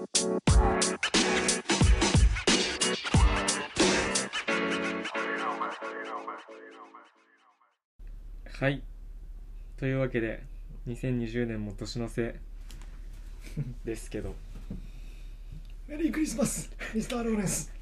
はい、というわけで2020年も年の瀬ですけどメリークリスマスミスター・ローレンス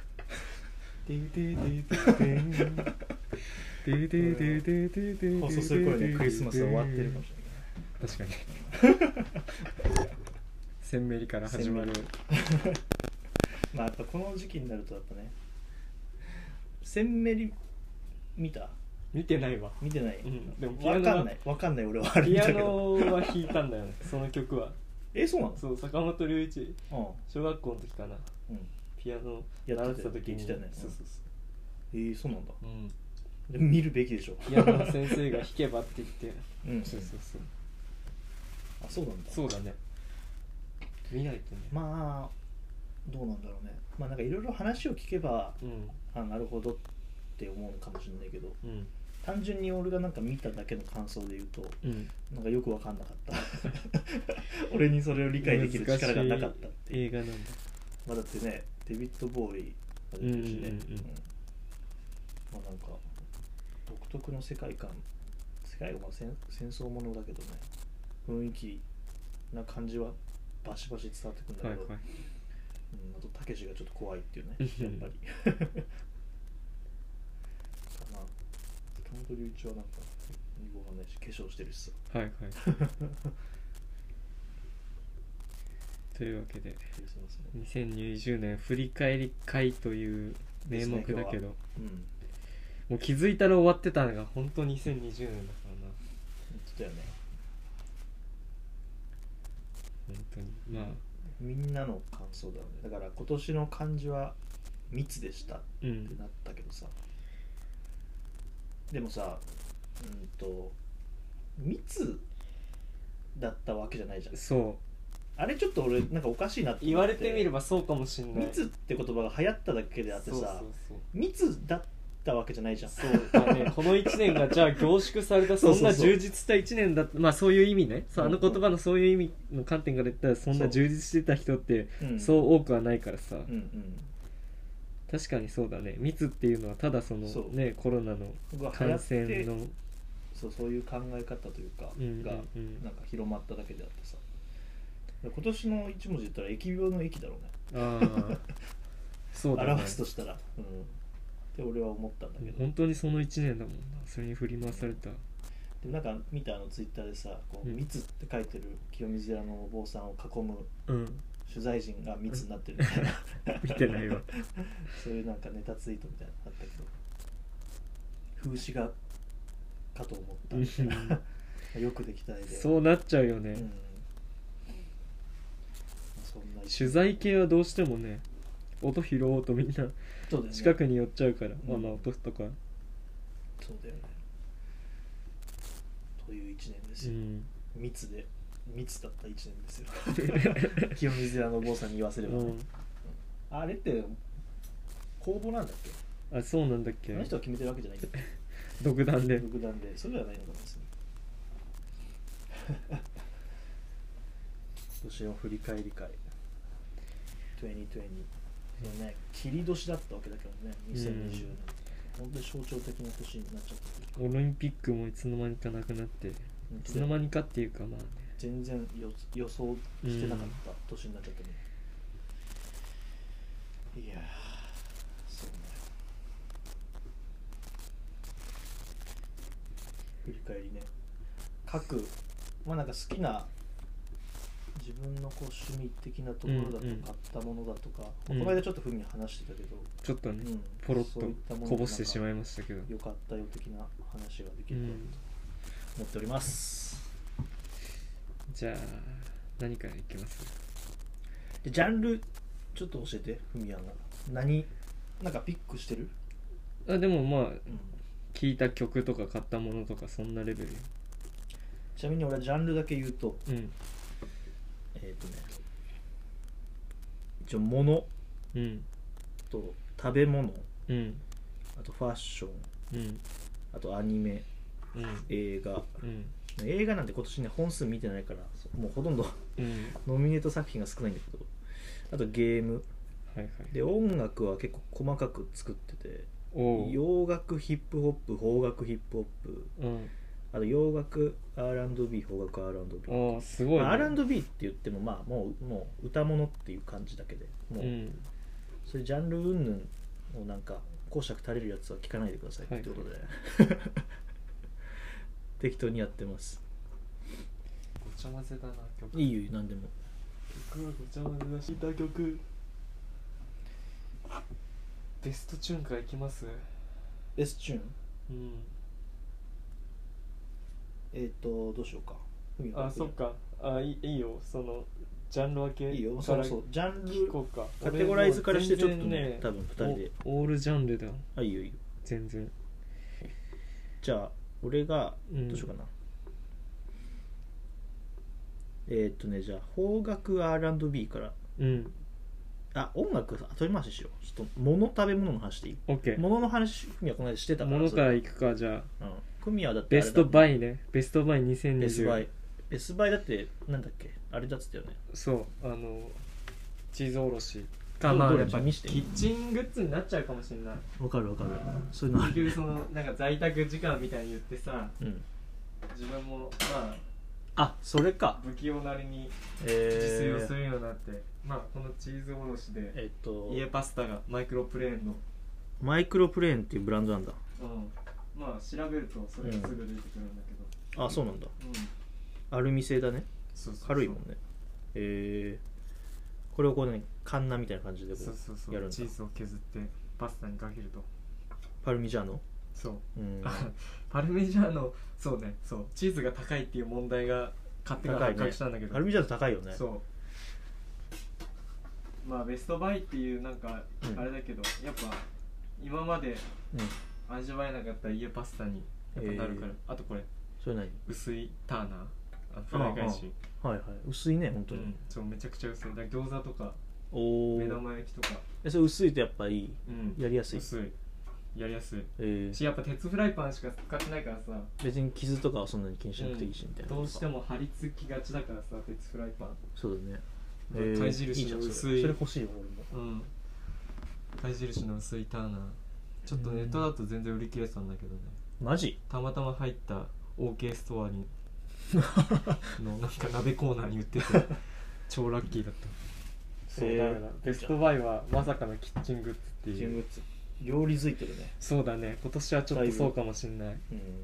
放送する頃にクリスマスは終わってるかもしれない。確かにセンメリから始まるまあやっぱこの時期になるとやっぱね、センメリ見た？ 見てないわ。 見てない、 うん、でも分かんない俺はあれ見ピアたけどノは弾いたんだよねその曲は。 そうなの？ そう、坂本龍一、小学校の時かな、 うん、 ピアノ習ってた時に言ってたよね。 そうそうそう、そうなんだ、 うん、 で見るべきでしょ。 ピアノの先生が弾けばって言ってうん、 そうそうそう、 あ、そうなんだ。 そうだね、見ないとね。 まあどうなんだろうね。まあなんかいろいろ話を聞けば、 うん、 あ、なるほどって思うのかもしれないけど、 うん、 単純に俺がなんか見ただけの感想で言うと、 うん、 なんかよく分かんなかった俺にそれを理解できる力がなかったっていう映画なんだ。 まあだってね、デビッド・ボーイが出てるしね、まあなんか独特の世界がまあ戦争ものだけどね、雰囲気な感じはバシバシ伝わってくるんだけど、 はいはい、 あとたけしがちょっと怖いっていうね、やっぱりかな。坂本龍一はなんかわかんないし、化粧してるしさ。 はいはいというわけで2020年振り返り会という名目だけど、もう気づいたら終わってたのが本当に2020年だからな。本当だよね。 本当にまあみんなの感想だよね。だから今年の漢字は密でしたってなったけどさ、でもさ、密だったわけじゃないじゃん。 そう、 あれちょっと俺なんかおかしいなって言われてみればそうかもしんない。 密って言葉が流行っただけであってさ、 そうそうそう、 密だったわけじゃないじゃん。 そうだねこの1年がじゃあ凝縮されたそんな充実した1年だった。まあそういう意味ね、そう、あの言葉のそういう意味の観点から言ったらそんな充実してた人ってそう多くはないからさ、確かにそうだね。密っていうのはただそのね、コロナの感染のそういう考え方というかがなんか広まっただけであってさ、今年の一文字言ったら疫病の疫だろうね。 ああそうだね、 表すとしたら、って俺は思ったんだけど、 本当にその1年だもんな。それに振り回された。 でもなんか見たツイッターでさ、こう密って書いてる清水寺のお坊さんを囲む取材陣が密になってるみたいな、 見てないわそういうなんかネタツイートみたいなのあったけど、風刺画かと思ったみたいなよくできた絵で、 そうなっちゃうよね、 そんな取材系はどうしてもね、音拾おうとみんな近くに寄っちゃうから、まあ音とか、 そうだよね。という1年ですよ、密だった1年ですよ清水寺のお坊さんに言わせればね、あれって公募なんだっけ？ あ、そうなんだっけ？ あの人は決めてるわけじゃないんだっけ？ 独断でそれではないのかもしれない今年の振り返り会2020のね、切り年だったわけだけどね、2020年、本当に象徴的な年になっちゃった。 オリンピックもいつの間にかなくなって、いつの間にかっていうかまあね、 全然予想してなかった年になっちゃったね。いやー、そうね。振り返りね。まあなんか好きな自分のこう趣味的なところだと買ったものだとか、この間ちょっとふみ話してたけど、 ちょっとね、ポロッとこぼしてしまいましたけど、 よかったよ的な話ができると思っております。 じゃあ何からいきます？ ジャンルちょっと教えて、ふみやんがなんかピックしてる？ でもまあ、聴いた曲とか買ったものとかそんなレベル。 ちなみに俺はジャンルだけ言うと、一応物、と食べ物、あとファッション、あとアニメ、映画、映画なんて今年ね本数見てないからもうほとんどノミネート作品が少ないんだけど、 あとゲームはいはい。 で、音楽は結構細かく作ってて、 おう。 洋楽ヒップホップ、邦楽ヒップホップ、 うん。 あと洋楽 R&B、邦楽 R&B、 ああ、すごいね。 まあ、R&B って言ってもまあもう歌物っていう感じだけで、もう、そういうジャンル云々をなんか講釈垂れるやつは聞かないでくださいってことで、はい、適当にやってます。 ごちゃ混ぜだな曲。 いいよ、何でも。 曲はごちゃ混ぜだし、歌曲ベストチューンからいきます。 ベストチューン、どうしようか。 あ、そっか。いいよ。そのジャンル分けいいよ。そうジャンルこうか。 カテゴライズからしてちょっとね、多分2人でオールジャンルだ。 あ、いいよいいよ。 全然。 じゃあ俺がどうしようかな。じゃあ邦楽 R&B から。音楽後回ししよう。ちょっと物、食べ物の話でいい？ OK。 物の話ふみはこの間してたから。 物からいくか。じゃあふみはだってベストバイね。ベストバイ2020。 ベストバイだってなんだっけ、あれだっつったよね。 そう、チーズおろしか、まあやっぱキッッチングッズになっちゃうかもしれない。 わかるそういうのある。 結局そのなんか在宅時間みたいに言ってさ、自分もまあそれか不器用なりに自炊をするようになって、まあこのチーズおろしで、家パスタがマイクロプレーンのマイクロプレーンっていうブランドなんだ。 まあ調べるとそれがすぐ出てくるんだけど、 あ、そうなんだ。アルミ製だね。軽いもんね。これをこうね、カンナみたいな感じでこうやるんだ。 チーズを削ってパスタにかけるとパルミジャーノ。 そう、パルミジャーノ。そうね、そう、チーズが高いっていう問題が勝手が発覚したんだけど、 パルミジャーノ高いよね。 そう、まあベストバイっていうなんかあれだけど、やっぱ今まで味わえなかった家パスタにやっぱなるから。あとこれ、それ何？薄いターナー、フライ返し。はいはい、薄いね、本当に。そう、めちゃくちゃ薄い。だから餃子とか目玉焼きとか。それ薄いとやっぱいい、やりやすい。薄い、やりやすい。し、やっぱ鉄フライパンしか使ってないからさ、別に傷とかはそんなに気にしなくていいしみたいな。どうしても張り付きがちだからさ、鉄フライパン。そうだね。貝印の薄い。それ欲しいよ俺も。貝印の薄いターナー。ちょっとネットだと全然売り切れてたんだけどね。マジ？たまたま入った OK ストアにのなんか鍋コーナーに売ってて超ラッキーだった。そうだめだ。ベストバイはまさかのキッチングッズっていう。キッチングッズ。料理づいてるね。そうだね。今年はちょっとそうかもしんない。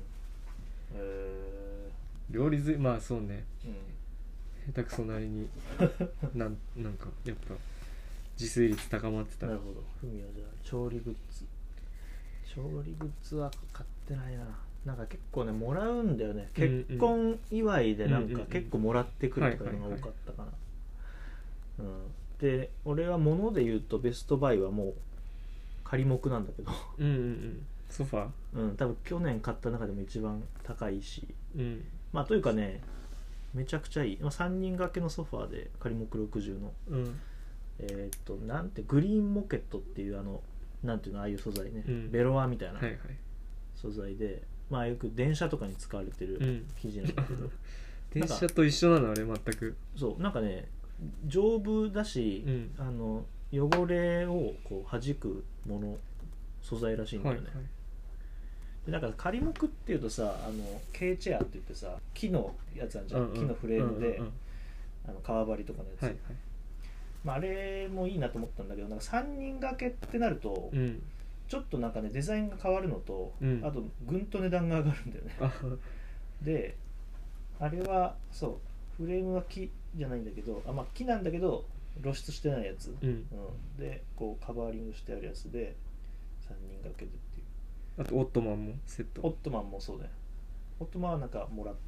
料理づい、まあそうね。下手くそなりになんかやっぱ自炊率高まってた。なるほど。ふみはじゃあ調理グッズ。調理グッズは買ってないな。なんか結構ねもらうんだよね。結婚祝いでなんか結構もらってくるとかいうのが多かったかな。で俺は物で言うとベストバイはもう仮木なんだけどソファー、多分去年買った中でも一番高いし、まあというかねめちゃくちゃいい、3人掛けのソファーで仮木60の、なんてグリーンモケットっていうなんていうの、ああいう素材ね、ベロアみたいな素材で、まあよく電車とかに使われてる生地なんだけど、電車と一緒なのあれ全く。そう、なんかね丈夫だし、汚れをこう弾くもの素材らしいんだよね。でなんか仮木っていうとさ、K チェアって言ってさ、木のやつあるじゃん、木のフレームで革張りとかのやつ、まあ、あれもいいなと思ったんだけど、なんか3人掛けってなると、ちょっとなんかねデザインが変わるのと、あとぐんと値段が上がるんだよねであれはそうフレームは木じゃないんだけど、まあ、木なんだけど露出してないやつ、でこうカバーリングしてあるやつで3人掛けでっていう。あとオットマンもセット。オットマンもそうだよ。オットマンはなんかもらった、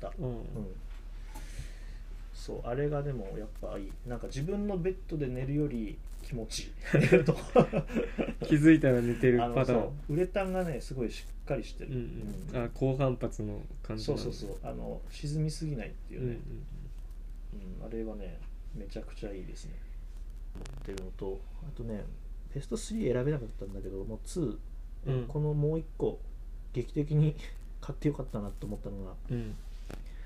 そうあれがでもやっぱいい。なんか自分のベッドで寝るより気持ちいい寝ると気づいたら寝てるパターン。ウレタンがねすごいしっかりしてる、高反発の感じ。そう沈みすぎないっていうね、あれはねめちゃくちゃいいですねっていうのと、あとねベスト3選べなかったんだけど、もう2、このもう一個劇的に買ってよかったなと思ったのが、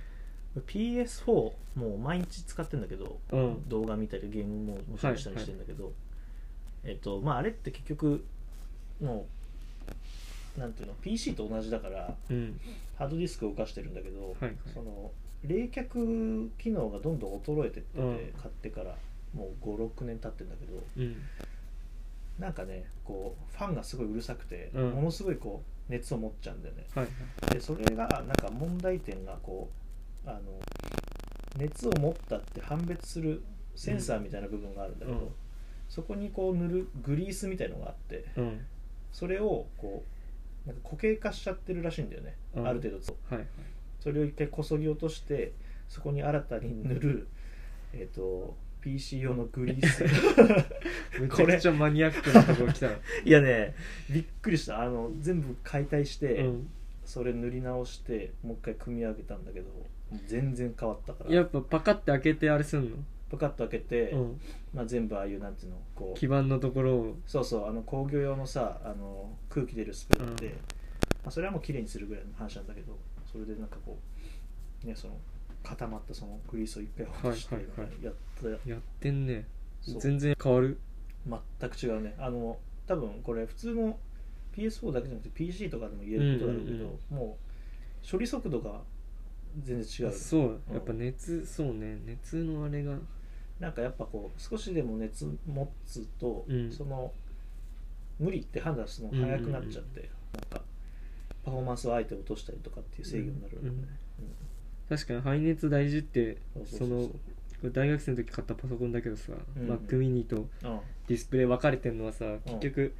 PS4 もう毎日使ってんだけど、動画見たりゲームももちろんしたりしてんだけど、まああれって結局もうなんていうの PC と同じだから、ハードディスクを動かしてるんだけど、その冷却機能がどんどん衰えてってて、買ってからもう 5,6 年経ってんだけど、なんかねこうファンがすごいうるさくて、ものすごいこう熱を持っちゃうんだよね、でそれがなんか問題点がこう熱を持ったって判別するセンサーみたいな部分があるんだけど、そこにこう塗るグリースみたいのがあって、それをこうなんか固形化しちゃってるらしいんだよね、ある程度それを一回こそぎ落としてそこに新たに塗る、PC 用のグリースめちゃくちゃマニアックなところ来たいやねびっくりした。全部解体して、それ塗り直してもう一回組み上げたんだけど全然変わったから、 やっぱパカッて開けてあれすんの、 パカッと開けて、まあ、全部ああいうなんていうのこう基板のところをそう工業用のさ空気出るスプレーで、まあ、それはもう綺麗にするぐらいの話なんだけど、それでなんかこうねその固まったそのグリースを一回落としてやってんね。全然変わる。 全く違うね。多分これ普通の PS4 だけじゃなくて PC とかでも言えることだろうけど、もう処理速度が全然違う。 そうやっぱ熱、そうね、熱のあれがなんかやっぱこう少しでも熱持つと、その無理って判断するのが早くなっちゃって、なんかパフォーマンスをあえて落としたりとかっていう制御になるので、 確かに排熱大事って、その大学生の時買ったパソコンだけどさ、Mac mini とディスプレイ分かれてるのはさ、結局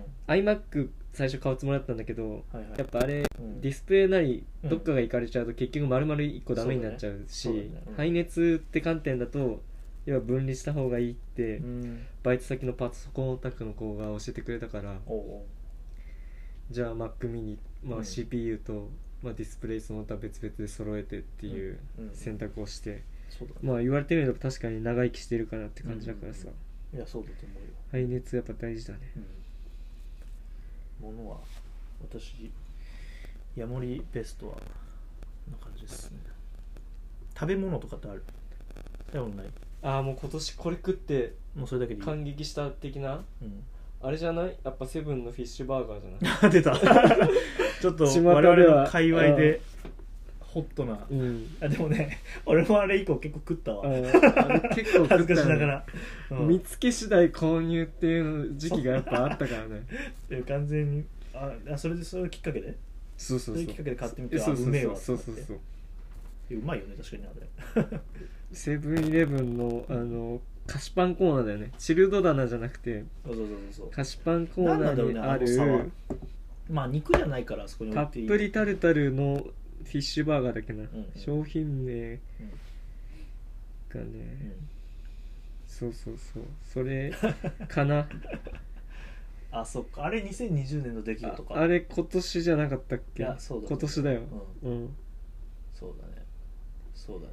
iMac 最初買うつもりだったんだけど、やっぱあれディスプレイなりどっかがいかれちゃうと結局丸々1個ダメになっちゃうし、排熱って観点だと要は分離した方がいいって、バイト先のパソコンオタクの子が教えてくれたから、じゃあ Mac mini、CPU と、ディスプレイその他別々で揃えてっていう選択をして、まあ言われてみれば確かに長生きしてるかなって感じだからさ、 いやそうだと思うよ。 排熱やっぱ大事だね。 ものは私ヤモリベストはこんな感じですね。食べ物とかってある？食べ物ない？ もう今年これ食ってもうそれだけでいい感激した的な、あれじゃない？やっぱセブンのフィッシュバーガーじゃない？ 出たちょっと我々の界隈でホットな、でもね俺もあれ以降結構食ったわ。あれ結構食った、 恥ずかしながら、 見つけ次第購入っていう時期がやっぱあったからね完全にそれでそれきっかけでそうそれきっかけで買ってみてうめえわってなって。うまいよね確かにあれセブンイレブンの菓子パンコーナーだよね。チルド棚じゃなくて菓子パンコーナーにある、 まあ肉じゃないからそこに置いていいたっぷりタルタルのフィッシュバーガーだっけな、商品名がね、そうそれかなそっか、あれ2020年の出来事か。 あれ今年じゃなかったっけ？ いやそうだ、ね、 今年だよ。 そうだね。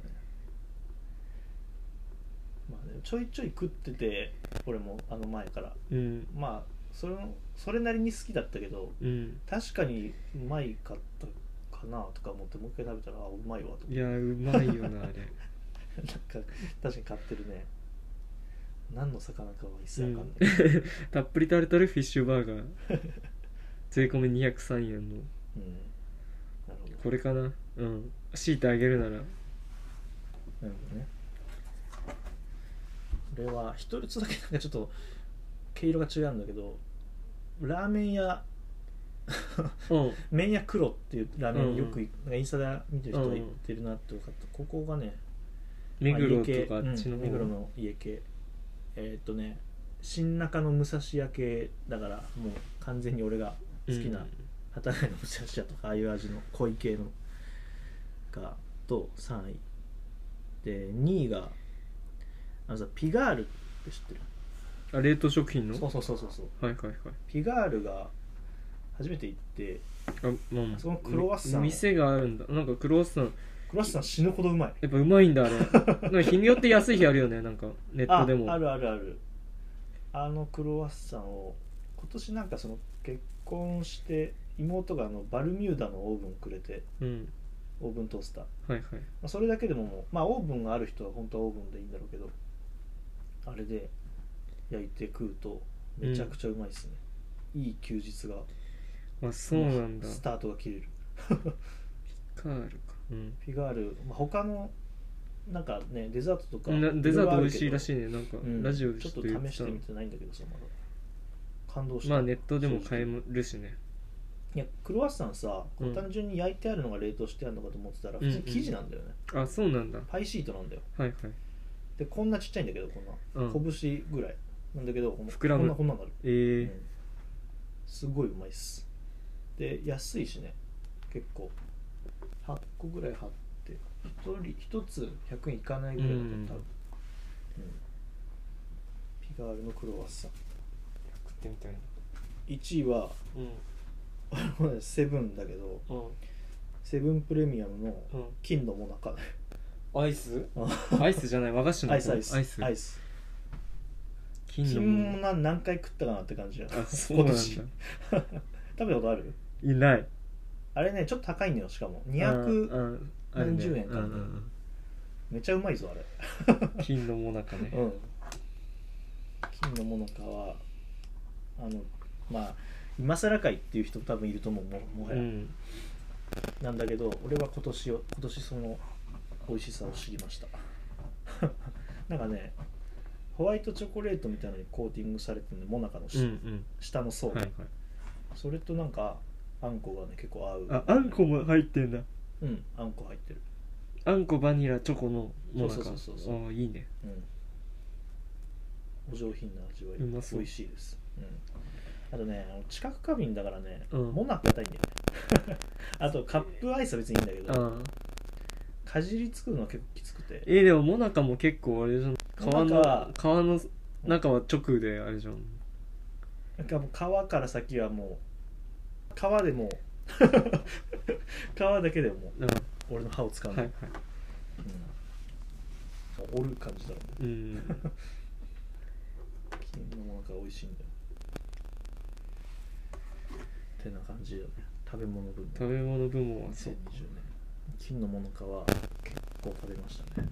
まあね、ちょいちょい食ってて俺も前から、まあそれなりに好きだったけど、確かにうまいかったかなとか思ってもう一回食べたらうまいわと。 いやうまいよなあれなんか確かに買ってるね。何の魚かは一切わかんない、 たっぷりタルタルフィッシュバーガー税込み203円の、なるほどこれかな。強いてあげるなら。なるほどね。これは一つだけなんかちょっと毛色が違うんだけど、ラーメン屋麺屋黒っていうラーメンよく、インスタで見てる人が言ってるなって分かった。ここがね目黒とかあっちの目黒の家系、新中野武蔵屋系だからもう完全に俺が好きな畑の武蔵屋とかああいう味の濃い系のがと3位で、2位がピガールって知ってる？ 冷凍食品の？ そうはいピガールが初めて行って、そのクロワッサン店があるんだ。なんかクロワッサン死ぬほどうまい。 やっぱうまいんだあれなんか日によって安い日あるよね。なんかネットでもあるクロワッサンを今年なんかその結婚して妹がバルミューダのオーブンくれて、 オーブントースター、 はいはい。 それだけでももう、まあオーブンがある人は本当はオーブンでいいんだろうけど、あれで焼いて食うとめちゃくちゃうまいですね、いい休日が、 そうなんだ。 スタートが切れるピガールか。 ピガール、他のなんかねデザートとかデザート美味しいらしいね。なんかラジオでちょっと試してみてないんだけどさ、まだ感動した。 まあネットでも買えるしね。 いやクロワッサンさ、単純に焼いてあるのが冷凍してあるのかと思ってたら普通に生地なんだよね、 あ、そうなんだ。 パイシートなんだよ。 はいはい。 でこんなちっちゃいんだけど、こんな、拳ぐらいなんだけど、 膨らむ、 こんななる、すごいうまいっす。で安いしね、結構8個ぐらい貼って1つ100円いかないぐらいだった、多分、ピガールのクロワッサン食ってみたいな。 1位は、セブンだけど、セブンプレミアムの金のもなか、 アイスアイスじゃない、和菓子のアイス金も何回食ったかなって感じだ。 あ、そうなんだ。 食べたことある？ いない。 あれねちょっと高いんだよ、しかも200何十円かな、めちゃうまいぞあれ。 金のもなかね。 金のもなかはまあ今更かいっていう人多分いると思う、もはや、なんだけど俺は今年その美味しさを知りましたなんかねホワイトチョコレートみたいなのにコーティングされてるの、もなかの下の層、それとなんかあんこがね結構合う。 あんこも入ってんだ。 あんこ入ってる。 あんこバニラチョコのもなか。 そういいね。 お上品な味わい、美味しいです。あとね知覚過敏だからね、もなか硬いんだよねあとカップアイスは別にいいんだけど、かじりつくのは結構きつくて。 でももなかも結構あれじゃん、皮の中は直であれじゃん。 なんかもう皮から先はもう皮でも皮だけでも俺の歯を使うの、折る感じだろうね。金のもなか美味しいんだよってな感じよね。食べ物部門は2020年金のもなかは結構食べましたね、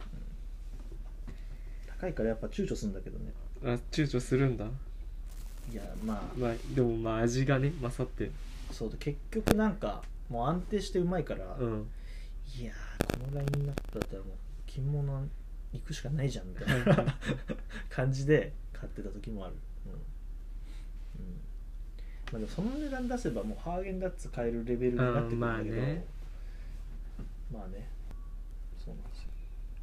高いからやっぱ躊躇するんだけどね。 躊躇するんだ。 いやまあでも味がね勝って、 そうだ、結局なんかもう安定してうまいから、いやこのラインナップだったらもう金物行くしかないじゃんみたいな感じで買ってた時もある。まあでもその値段出せばもうハーゲンダッツ買えるレベルになってくるんだけど、まあねそうなんですよ。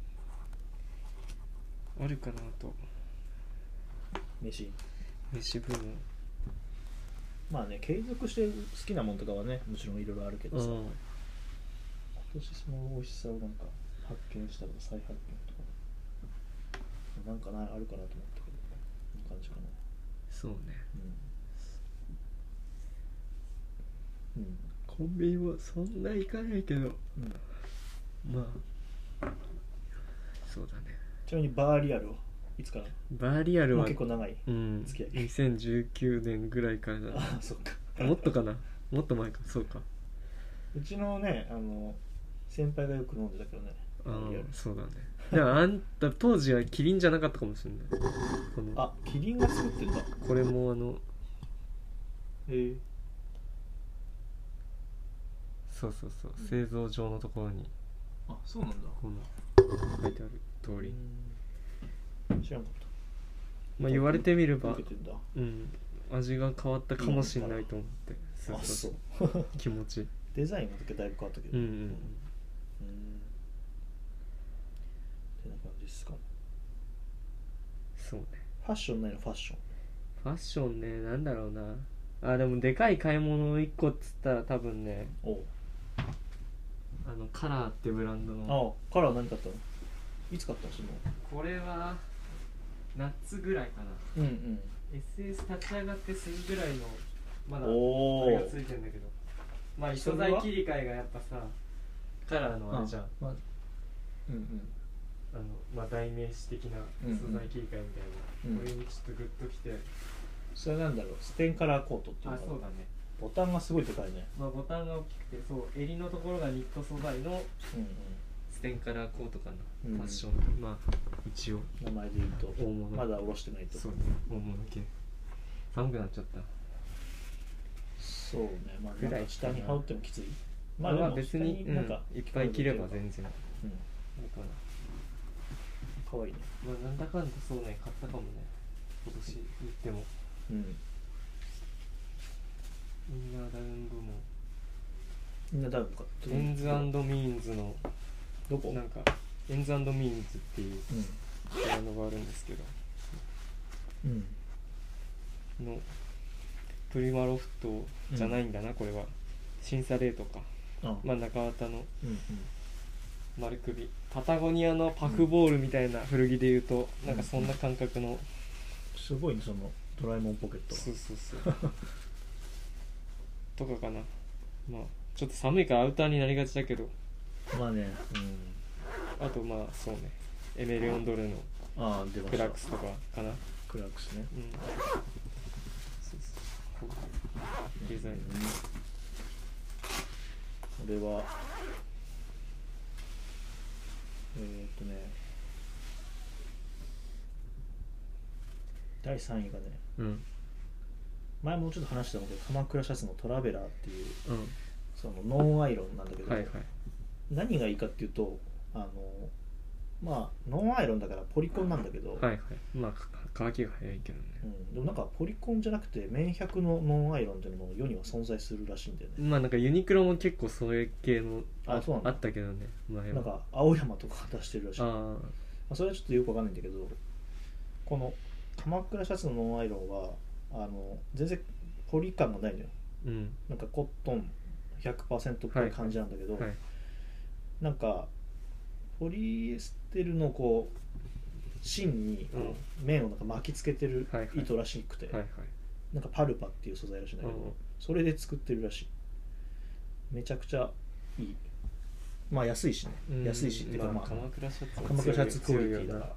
あるかなと。 飯部門、 まあね継続して好きなものとかはねもちろんいろいろあるけどさ、今年その美味しさをなんか発見したとか再発見とかなんかあるかなと思ったけど、こんな感じかな。 そうね。コンビニはそんな行かないけど、まあそうだね。 ちなみにバーリアルはいつから？ バーリアルは結構長い付き合い、 2019年ぐらいからだね。 あ、そっかもっとかな、もっと前か。そうか。 うちのね先輩がよく飲んでたけどね。 そうだね。でもあんた当時はキリンじゃなかったかもしれない。 キリンが作ってんだ。 これもそう製造上のところにそうなんだ。 この書いてある通り。 知らんかった。 まあ言われてみれば味が変わったかもしれないと思って。そう気持ちデザインがだいぶ変わったけど、ってな感じですか。 そうね。 ファッションないの？ファッションね、なんだろうな。でもでかい買い物1個っつったら多分ね、カラーってブランドの。 カラー何買ったの？いつ買ったの？ これは夏ぐらいかな。SS 立ち上がってすぐぐらいのまだあれがついてるんだけど、まあ素材切り替えがやっぱさカラーのあれじゃん。まあ代名詞的な素材切り替えみたいな、これにちょっとグッときて。 それなんだろう、ステンカラーコートっていうの。 そうだね。 ボタンがすごいでかいね。 まあボタンが大きくて、そう襟のところがニット素材のステンカラーコートかな、ファッション、まあ一応名前で言うと大物、 まだ下ろしてないと。 そうね、大物系。寒くなっちゃった。 そうね、まあなんか下に羽織ってもきつい。 まあ別になんかいっぱい着れば全然いいかな。 かわいいね。 まあなんだかんだそうね、買ったかもね、今年言っても。インナーダウン部門、 インナーダウンかエンズ&ミーンズのどこ、 なんかエンズ&ミーンズっていうブランドがあるんですけど、のプリマロフトじゃないんだな、これは審査レートか。まあ中綿の丸首、パタゴニアのパフボールみたいな古着でいうと、なんかそんな感覚の、 すごいね、そのドラえもんポケットは。 そうとかかな。まあちょっと寒いからアウターになりがちだけど、 まあね、 あとまあそうね、エメレオンドルのクラックスとかかな。 クラックスね。 そうデザイン。 これは第3位がね、前もちょっと話したんだけど、鎌倉シャツのトラベラーっていう、そのノンアイロンなんだけど、何がいいかっていうと、まあノンアイロンだからポリコンなんだけど、 まあ乾きが早いけどね、 でもなんかポリコンじゃなくて綿100のノンアイロンっていうのも世には存在するらしいんだよね。 まあなんかユニクロも結構それ系のあったけどね、前はなんか青山とか出してるらしい。それはちょっとよくわかんないんだけど、この鎌倉シャツのノンアイロンは全然ポリ感がないのよ、なんかコットン 100% っぽい感じなんだけど、なんかポリエステルのこう芯に綿をなんか巻きつけてる糸らしくて、なんかパルパっていう素材らしいんだけど、それで作ってるらしい。めちゃくちゃいい。まあ安いしね、安いしっていうか、まあ鎌倉シャツクオリティだから、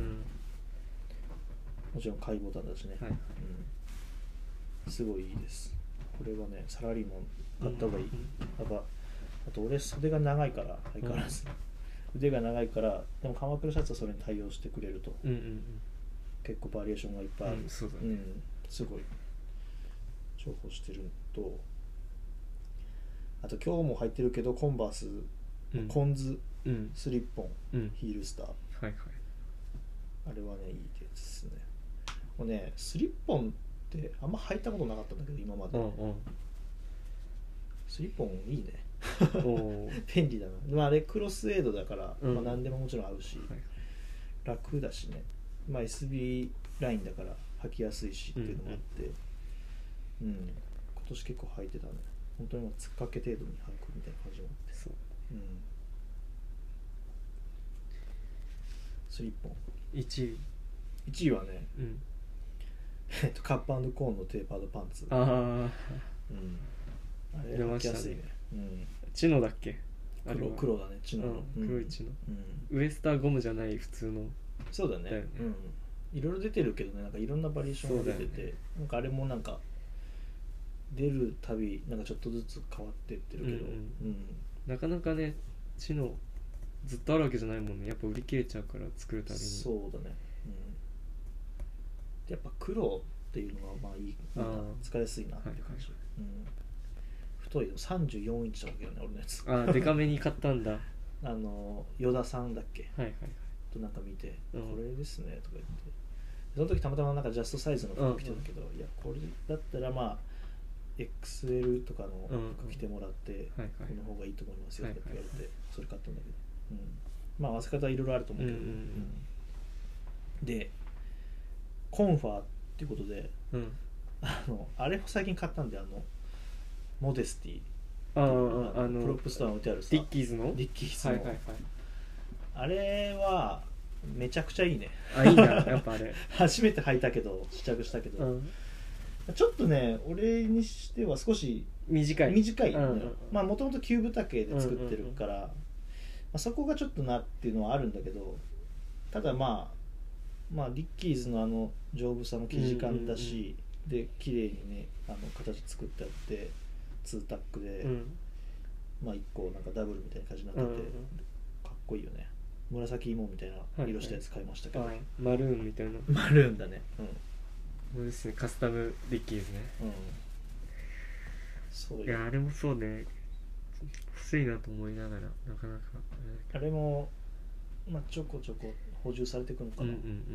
もちろん買いボタンだしね、すごいいいです。これはね、サラリーマン買った方がいい。やっぱあと俺袖が長いから、相変わらず腕が長いから、でも鎌倉シャツはそれに対応してくれると、結構バリエーションがいっぱいある、すごい重宝してると、あと今日も履いてるけどコンバースコンズスリッポン、ヒールスター、あれはねいいですね。もうね、スリッポンってあんま履いたことなかったんだけど今まで、スリッポンいいね便利だな。まあ、あれクロスエイドだから、まあ、何でももちろん合うし、楽だしね、まあ、SB ラインだから履きやすいしっていうのもあって、今年結構履いてたね。本当にもうつっかけ程度に履くみたいな感じもあって、スリッポン1位はね、カップ&コーンのテーパードパンツ。あれ履きやすいね。 チノだっけ。 黒だね、チノの、 黒いチノ、ウエスターゴムじゃない普通の。 そうだね、いろいろ出てるけどね、なんかいろんなバリエーションが出てて、なんかあれもなんか出るたびなんかちょっとずつ変わってってるけど、 なかなかねチノずっとあるわけじゃないもんね。やっぱ売り切れちゃうから作るたびに。 そうだね、やっぱ黒っていうのがまあいい、使いやすいなって感じ。太いの34インチだけどね、俺のやつ。 デカめに買ったんだ与田さんだっけ、となんか見て、これですねとか言って、その時たまたまなんかジャストサイズの服着てたけど、いやこれだったらまあ XL とかの服着てもらって、この方がいいと思いますよって言われて、それ買ったんだけど、まあ合わせ方はいろいろあると思うけど、でコンファーっていうことで、あれを最近買ったんで、モデスティプロップストアに置いてあるさ、 ディッキーズのあれはめちゃくちゃいいね。 いいな、やっぱあれ初めて履いたけど、試着したけど、ちょっとね俺にしては少し短いんだよ。まあもともとキューブ丈で作ってるから、そこがちょっとなっていうのはあるんだけど、ただまあディッキーズの丈夫さも生地感だし、 で綺麗にね形作ってあって2タックで、まあ1個なんかダブルみたいな感じになってて、かっこいいよね。紫芋みたいな色したやつ買いましたけど、 マルーンみたいな。 マルーンだね。 そうですね、カスタムデッキですね。 そういう。 いやあれもそうね、欲しいなと思いながらなかなかあれもまあちょこちょこ補充されていくのかな。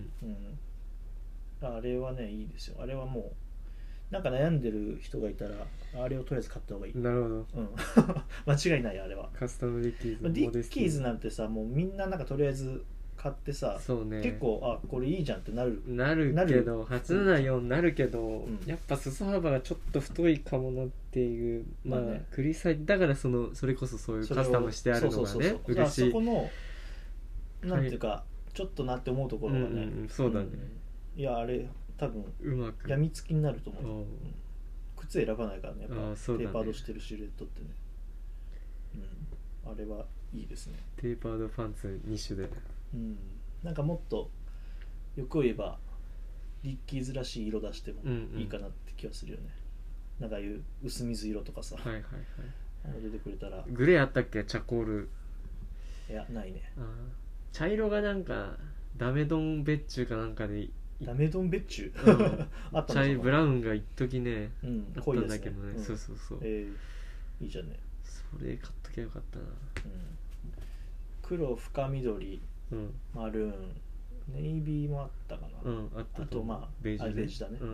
あれはねいいですよ。あれはもうなんか悩んでる人がいたらあれをとりあえず買った方がいい。 なるほど。 間違いない。あれはカスタムデッキーズ、 ディッキーズなんてさ、もうみんななんかとりあえず買ってさ、 そうね、 結構これいいじゃんってなるけど874になるけど、やっぱ裾幅がちょっと太いかもなっていう、まあクリサイだからそれこそそういうカスタムしてあるのがね嬉しい。 そこのなんていうか、ちょっとなって思うところがね、 そうだね。いやあれ多分うまくやみつきになると思う。靴選ばないからね、やっぱテーパードしてるシルエットってね。あれはいいですね。 テーパードパンツ2種で、 なんかもっとよく言えばリッキーズらしい色出してもいいかなって気はするよね。なんかいう薄水色とかさ、出てくれたら。 グレーあったっけ、チャコール。 いやないね。 茶色がなんかダメドン別注かなんかで、 ダメドン別注あったのかな。 茶色ブラウンが一時ね、あったんだけどね。そういいじゃんね。 それ買っときゃよかったな。 黒、深緑、マルーン、ネイビーもあったかな。あとまあベージだね。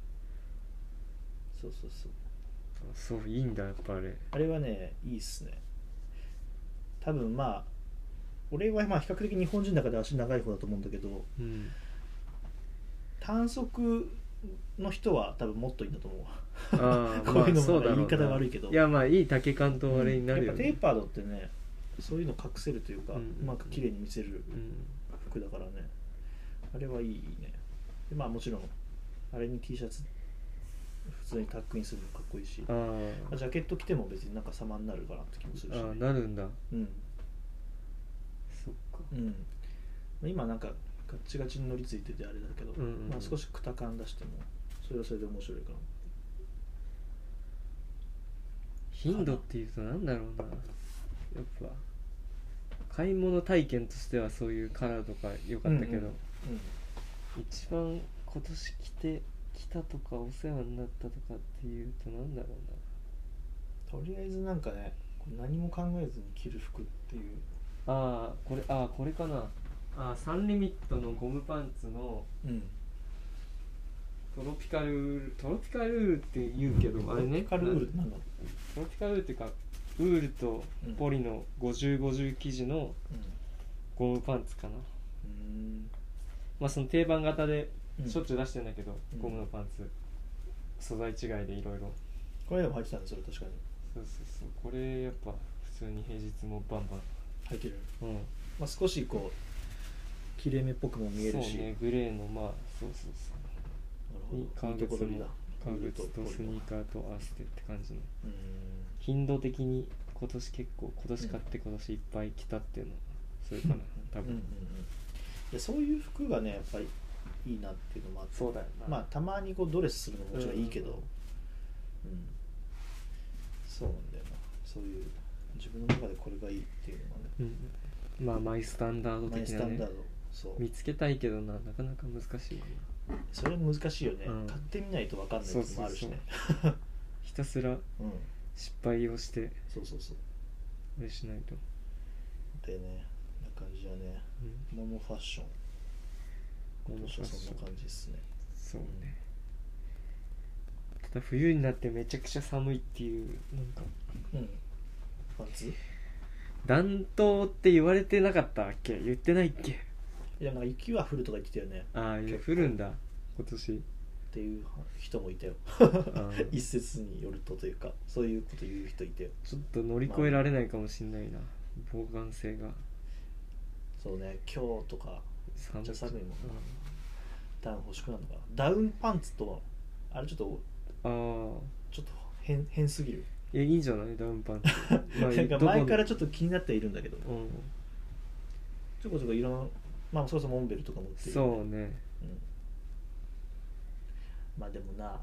そういいんだやっぱあれはねいいっすね。多分まあ俺はまあ比較的日本人の中で足長い方だと思うんだけど、短足の人は多分もっといいんだと思う。こういうのも言い方悪いけど、 いやまあいい丈感とあれになるよね。 やっぱテーパードってね、そういうの隠せるというか、うまく綺麗に見せる服だからね、あれはいいね。でまあもちろんあれに T シャツ普通にタックインするのかっこいいし、ジャケット着ても別になんか様になるかなって気もするし、 なるんだ。そっか。 今なんかガッチガチに乗りついててあれだけど、まあ少しクタ感出してもそれはそれで面白いかな。 頻度っていうとなんだろうな、やっぱ買い物体験としてはそういうカラーとか良かったけど、一番今年着たとかお世話になったとかっていうとなんだろうな。とりあえずなんかね、何も考えずに着る服っていう。 これかな。サンリミットのゴムパンツの、トロピカルウールって言うけど、あれね、 トロピカルウールって何だろう。 トロピカルウールっていうかウールとポリの50/50生地のゴムパンツかな。まあその定番型でしょっちゅう出してるんだけど、ゴムのパンツ素材違いでいろいろ。 これでも履いてたんだ、それ確かに。 そうこれやっぱ普通に平日もバンバン履いてる。まあ少しこうきれいめっぽくも見えるし、 そうね、グレーのまあ革靴とスニーカーと合わせてって感じの。頻度的に今年買って今年いっぱい着たっていうのはそれかな多分。 そういう服がねやっぱりいいなっていうのもあって、 そうだよな。 まあたまにこうドレスするのももちろんいいけど、そうなんだよな。そういう自分の中でこれがいいっていうのがね、 まあマイスタンダード的なね、 そう見つけたいけどなかなか難しいよな。 それは難しいよね、買ってみないと分かんないこともあるしね。 ひたすら失敗をしてあれしないとでね、な感じはね、モノファッション今年はそんな感じですね。 そうね。ただ冬になってめちゃくちゃ寒いっていうなんか、 パンツ暖冬って言われてなかったっけ？言ってないっけ？ いやなんか雪は降るとか言ってたよね。 降るんだ今年っていう人もいたよ一説によるというか、そういうこと言う人いたよ。 ちょっと乗り越えられないかもしれないな、防寒性が。 そうね、今日とかめっちゃ寒いもんな。ダウン欲しくなるのかな。ダウンパンツとあれちょっと変すぎる。 いやいいんじゃないダウンパンツなんか前からちょっと気になってはいるんだけど、ちょこちょこいろんな、まあそれこそモンベルとか持ってる、 そうね、 まあでもな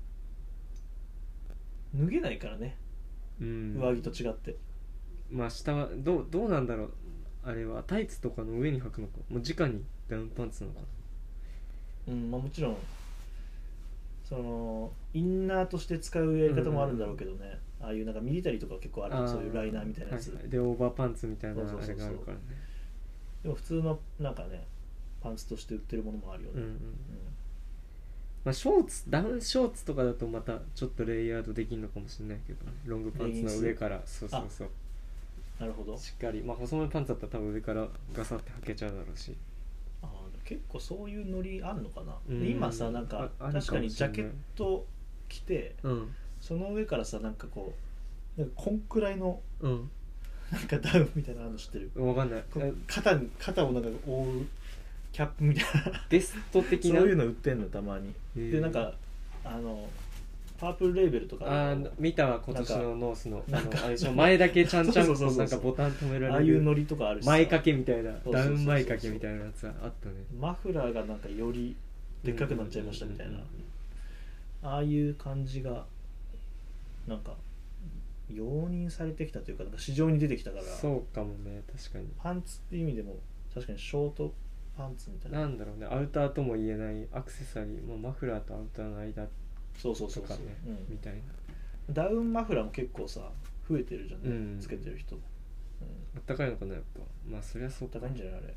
脱げないからね、 うん、 上着と違って。 まあ下はどうなんだろう、あれはタイツとかの上に履くのか、もう直にダウンパンツなのかな。 まあもちろんそのインナーとして使うやり方もあるんだろうけどね、ああいうなんかミリタリーとか結構ある、そういうライナーみたいなやつ、 はいはい、でオーバーパンツみたいなあれがあるからね。 でも普通のなんかねパンツとして売ってるものもあるよね、 まあ、ショーツダウンショーツとかだとまたちょっとレイヤードできるのかもしれないけど、ね、ロングパンツの上から、そうそうそう、 なるほど、 しっかり、まあ、細めパンツだったら多分上からガサって履けちゃうだろうし、 結構そういうノリあんのかな、今さなんか確かにジャケット着て、その上からさなんかこうなんかこんくらいの、なんかダウンみたいなの知ってる？ わかんない。 肩をなんか覆うキャップみたいなベスト的なそういうの売ってんのたまに。でなんかパープルレーベルとか見たわ今年のノースのあれでしょ、前だけちゃんちゃんこなんかボタン止められるああいうノリとかあるし、 前掛けみたいなダウン前掛けみたいなやつあったね。 マフラーがなんかよりでっかくなっちゃいましたみたいな、ああいう感じがなんか容認されてきたというか、なんか市場に出てきたから。 そうかもね、確かにパンツっていう意味でも確かにショートパンツみたいな、 なんだろうね、アウターとも言えないアクセサリー、まあ、マフラーとアウターの間そうとかね、みたいな。 ダウンマフラーも結構さ増えてるじゃん、つけてる人、 あったかいのかなやっぱ。まあそりゃそうか、 高いんじゃないあれ、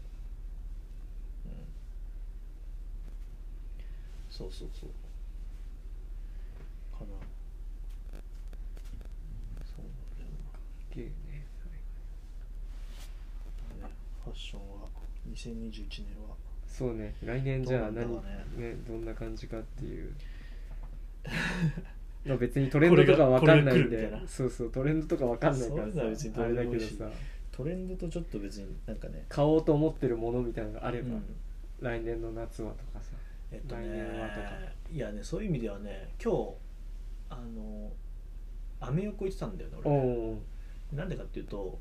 そうかな、そうなんだよな。 ゲーね、 ファッションは2021年はそうね、来年じゃあ何ね、どんな感じかっていうまあ別にトレンドとかわかんないんで、そうそう、トレンドとかわかんないからさ、あれだけどさ、 トレンドとちょっと別になんかね買おうと思ってるものみたいなのがあれば、来年の夏はとかさ、来年はとか。 いやね、そういう意味ではね、今日アメ横行ってたんだよね俺。なんでかっていうと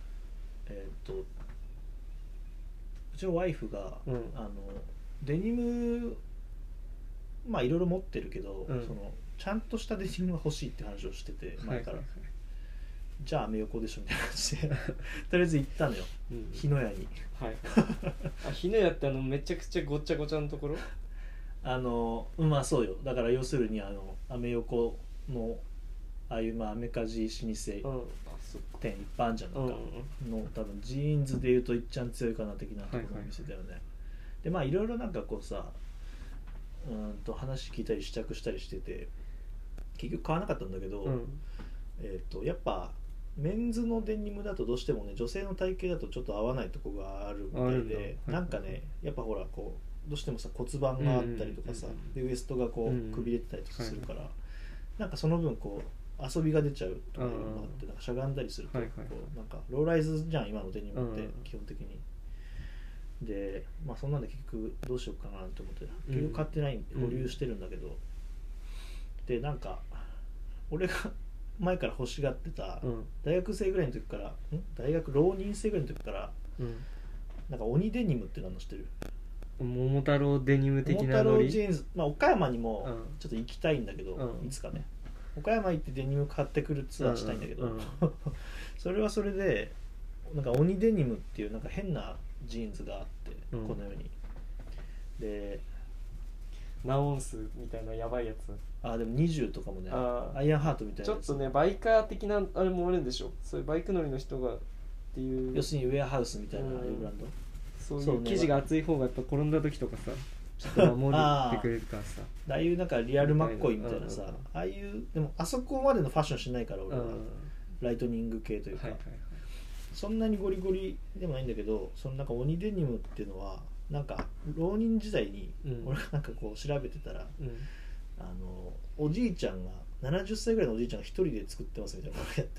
うちのワイフが、デニムまあいろいろ持ってるけど、そのちゃんとしたデニムが欲しいって話をしてて前から、じゃあアメ横でしょみたいな感じでとりあえず行ったのよ、日野屋に。 日野屋ってめちゃくちゃごっちゃごちゃのところまあそうよ、だから要するにアメ横のああいうまあアメカジ老舗店いっぱいあるじゃん、なんかの多分ジーンズでいうといっちゃん強いかな的なところのお店だよね。でまあいろいろなんかこうさ話聞いたり試着したりしてて結局買わなかったんだけど、やっぱメンズのデニムだとどうしてもね女性の体型だとちょっと合わないとこがあるみたいで、なんかねやっぱほらこうどうしてもさ骨盤があったりとかさ、でウエストがこうくびれてたりとかするから、なんかその分こう遊びが出ちゃうとかいうのがあって、なんかしゃがんだりするとこうなんかローライズじゃん今のデニムって基本的に。でまあそんなんで結局どうしようかなと思って結局買ってないんで保留してるんだけど、でなんか俺が前から欲しがってた大学生ぐらいの時から大学浪人生ぐらいの時からなんか鬼デニムっての知ってる？ 桃太郎デニム的なノリ。 桃太郎ジーンズ、まあ岡山にもちょっと行きたいんだけど、いつかね岡山行ってデニム買ってくるツアーしたいんだけど、それはそれでなんか鬼デニムっていうなんか変なジーンズがあって、このようにでナオンスみたいなやばいやつ。 でも20とかもね、アイアンハートみたいなやつ、 ちょっとねバイカー的なあれもあるんでしょ、そういうバイク乗りの人がっていう、 要するにウェアハウスみたいなブランド、 そういう生地が厚い方がやっぱ転んだ時とかさちょっと守ってくれるからさああいうなんかリアルマッコイみたいなさ、ああいうでもあそこまでのファッションしないから俺は、ライトニング系というか、そんなにゴリゴリでもないんだけど、そのなんか鬼デニムっていうのはなんか浪人時代に俺がなんかこう調べてたら、おじいちゃんが70歳ぐらいのおじいちゃんが一人で作ってますみたいなことやって、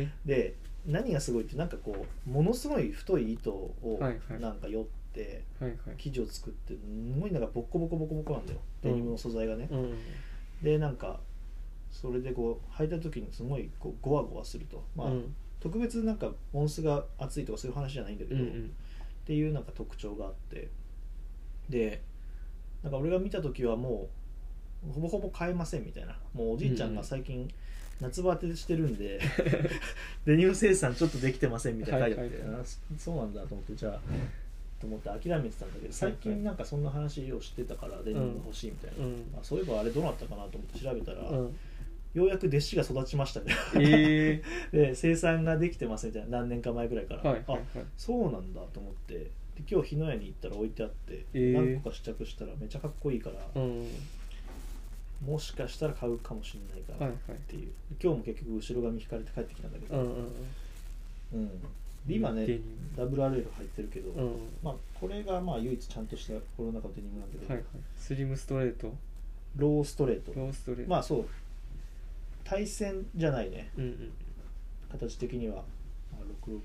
で何がすごいってなんかこうものすごい太い糸をなんかよって生地を作ってすごいなんかボコボコボコボコなんだよ、デニムの素材がね、でなんかそれでこう履いた時にすごいこうゴワゴワすると、まあ特別なんか音数が熱いとかそういう話じゃないんだけど、っていうなんか特徴があって、でなんか俺が見た時はもうほぼほぼ買えませんみたいな、もうおじいちゃんが最近夏バテしてるんで、デニム生産ちょっとできてませんみたいな書いてあって、はいはいはい、そうなんだと思って、じゃあと思って諦めてたんだけど、最近なんかそんな話をしてたからデニムが欲しいみたいな、あ、そういえばあれどうなったかなと思って調べたら、ようやく弟子が育ちましたね、で生産ができてますみたいな、何年か前ぐらいから、はいはいはい、あ、そうなんだと思って、で今日日野屋に行ったら置いてあって、何個か試着したらめちゃかっこいいから、もしかしたら買うかもしれないからっていう、はいはい、今日も結局後ろ髪引かれて帰ってきたんだけど、で今ね WRL 入ってるけど、まあ、これがまあ唯一ちゃんとしたコロナ禍のデニムなんだけど、はいはい、 スリムストレート、 ローストレート、まあそう対線じゃないね、形的には66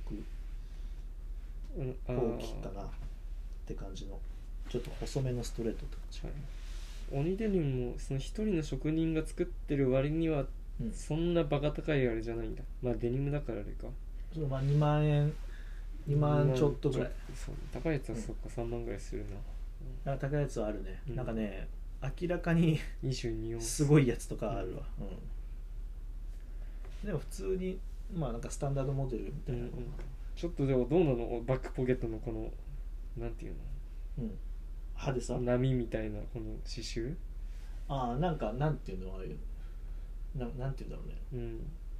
後期かなって感じのちょっと細めのストレートって感じ、はい、 鬼デニムもその一人の職人が作ってる割にはそんなバカ高いあれじゃないんだ、まあデニムだからあれか、 そう、まあ2万円2万ちょっとぐらい、 そう高いやつはそっか、3万ぐらいするな、高いやつはあるね、なんかね明らかにすごいやつとかあるわ、でも普通にまあなんかスタンダードモデルみたいな、 ちょっとでもどうなの、バックポケットのこのなんていうの、 派手さ、 波みたいなこの刺繍、 ああ、なんかなんていうの、ああいうなんていうんだろうね、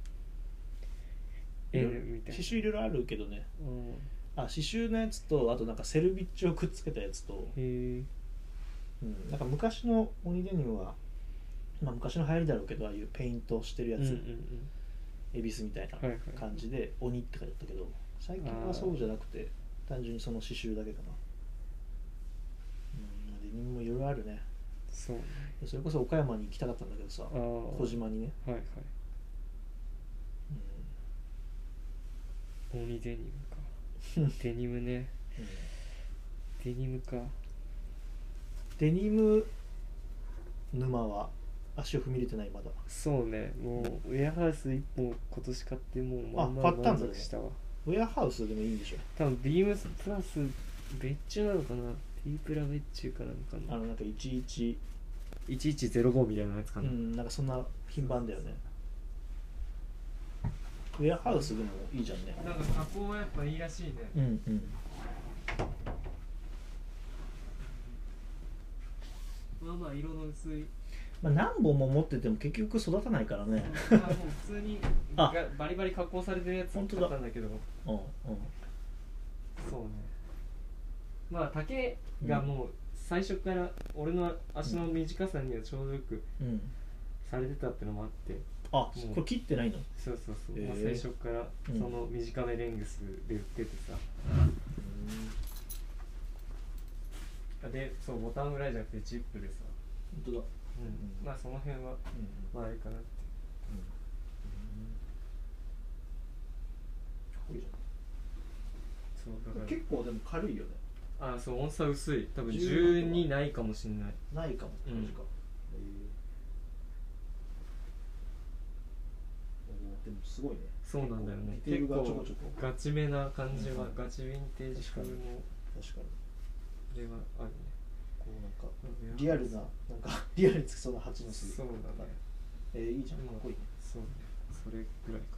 みたいな刺繍いろいろあるけどね、あ、刺繍のやつと、あとなんかセルビッチをくっつけたやつと、なんか昔の鬼デニムは、まあ、昔の流行りだろうけど、ああいうペイントしてるやつ、恵比寿みたいな感じで鬼って書いてあったけど、最近はそうじゃなくて単純にその刺繍だけかな、デニムもいろいろあるね。 そうね、 それこそ岡山に行きたかったんだけどさ、小島にね、はいはい、 鬼デニムかデニムね、デニムか、 デニム沼は足を踏み入れてないまだ。 そうね、もうウェアハウス1本今年買ってもう満足したわ。ウェアハウスでもいいんでしょ。 多分ビームスプラス別注なのかな、ティープラ別注かなんかな、なんか 1105みたいなやつかな、 なんかそんな品番だよね。ウェアハウスでもいいじゃんね。 なんか加工はやっぱいいらしいね。まあまあ色の薄い、 まあ、何本も持ってても結局育たないからね。 まあもう普通にバリバリ加工されてるやつ買ったんだけど、そうね、まあ丈がもう最初から俺の足の短さにはちょうどよくされてたってのもあって、 これ切ってないの？ そうそうそう、まあ、最初からその短めレングスで売っててさ、で、そうボタンぐらいじゃなくてジップでさ、 本当だ、 まあその辺はまあいいかなって、 そうだから結構でも軽いよね。 そう、重さ薄い、多分12ないかもしれない。 ないかも、確か。でもすごいね。 そうなんだよね。結構ガチめな感じは、ガチヴィンテージ風の。 確かに。 これはあるね。 こうなんかリアルな、なんかリアルにつきそうな蜂の巣。 そうだね。 いいじゃん、かっこいいね。 そうね。それぐらいか。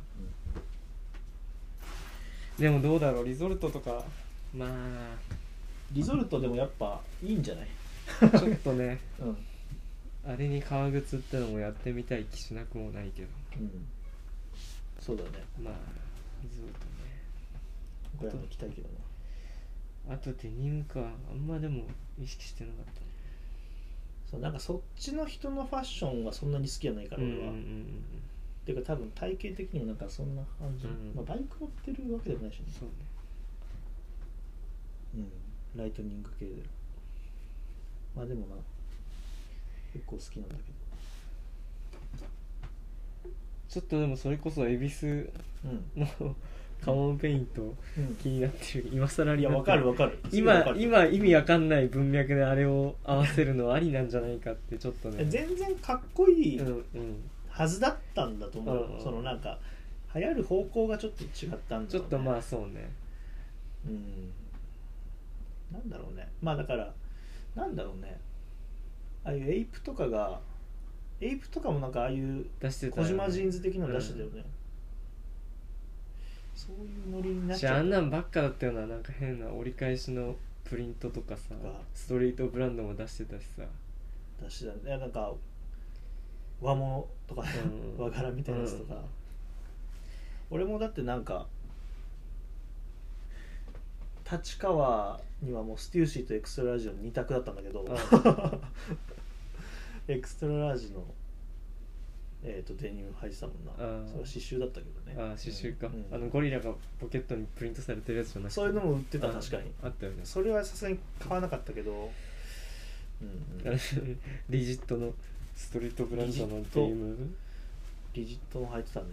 でもどうだろう、リゾルトとか、まあリゾルトでもやっぱいいんじゃない？ ちょっとね、あれに革靴ってのもやってみたい気しなくもないけど、 そうだね。 まあリゾルトね、 これは行きたいけどな。 あとデニムか、あんまでも意識してなかったね。 そう、なんかそっちの人のファッションはそんなに好きじゃないから俺は。っていうか多分体型的にもなんかそんな感じ、まあバイク乗ってるわけでもないしね。 そうね。 ライトニング系で。まあでもな、結構好きなんだけど。ちょっとでもそれこそ恵比寿のカモンペイント気になってる。今更になってる。いや、わかるわかる。今意味わかんない文脈であれを合わせるのありなんじゃないかってちょっとね。 全然かっこいいはずだったんだと思う。そのなんか流行る方向がちょっと違ったんだろうね。 ちょっとまあそうね。 なんだろうね。まあだからなんだろうね。ああいうエイプとかがエイプとかもなんかああいう出してた小島ジーンズ的なの出してたよね、そういうノリになっちゃう。 あんなんばっかだったよな。なんか変な折り返しのプリントとかさ、ストリートブランドも出してたしさ。 出してたね。なんか和物とか、和柄みたいなやつとか、俺もだってなんか立川にはもうステューシーとエクストララージの2択だったんだけどエクストララージの、デニム履いてたもんな。それは刺繍だったけどね。 刺繍か、ゴリラがポケットにプリントされてるやつじゃなくて、 そういうのも売ってた。確かにあったよね。 それはさすがに買わなかったけど、 リジットのストリートブランドのデニム、 リジットも履いてたね。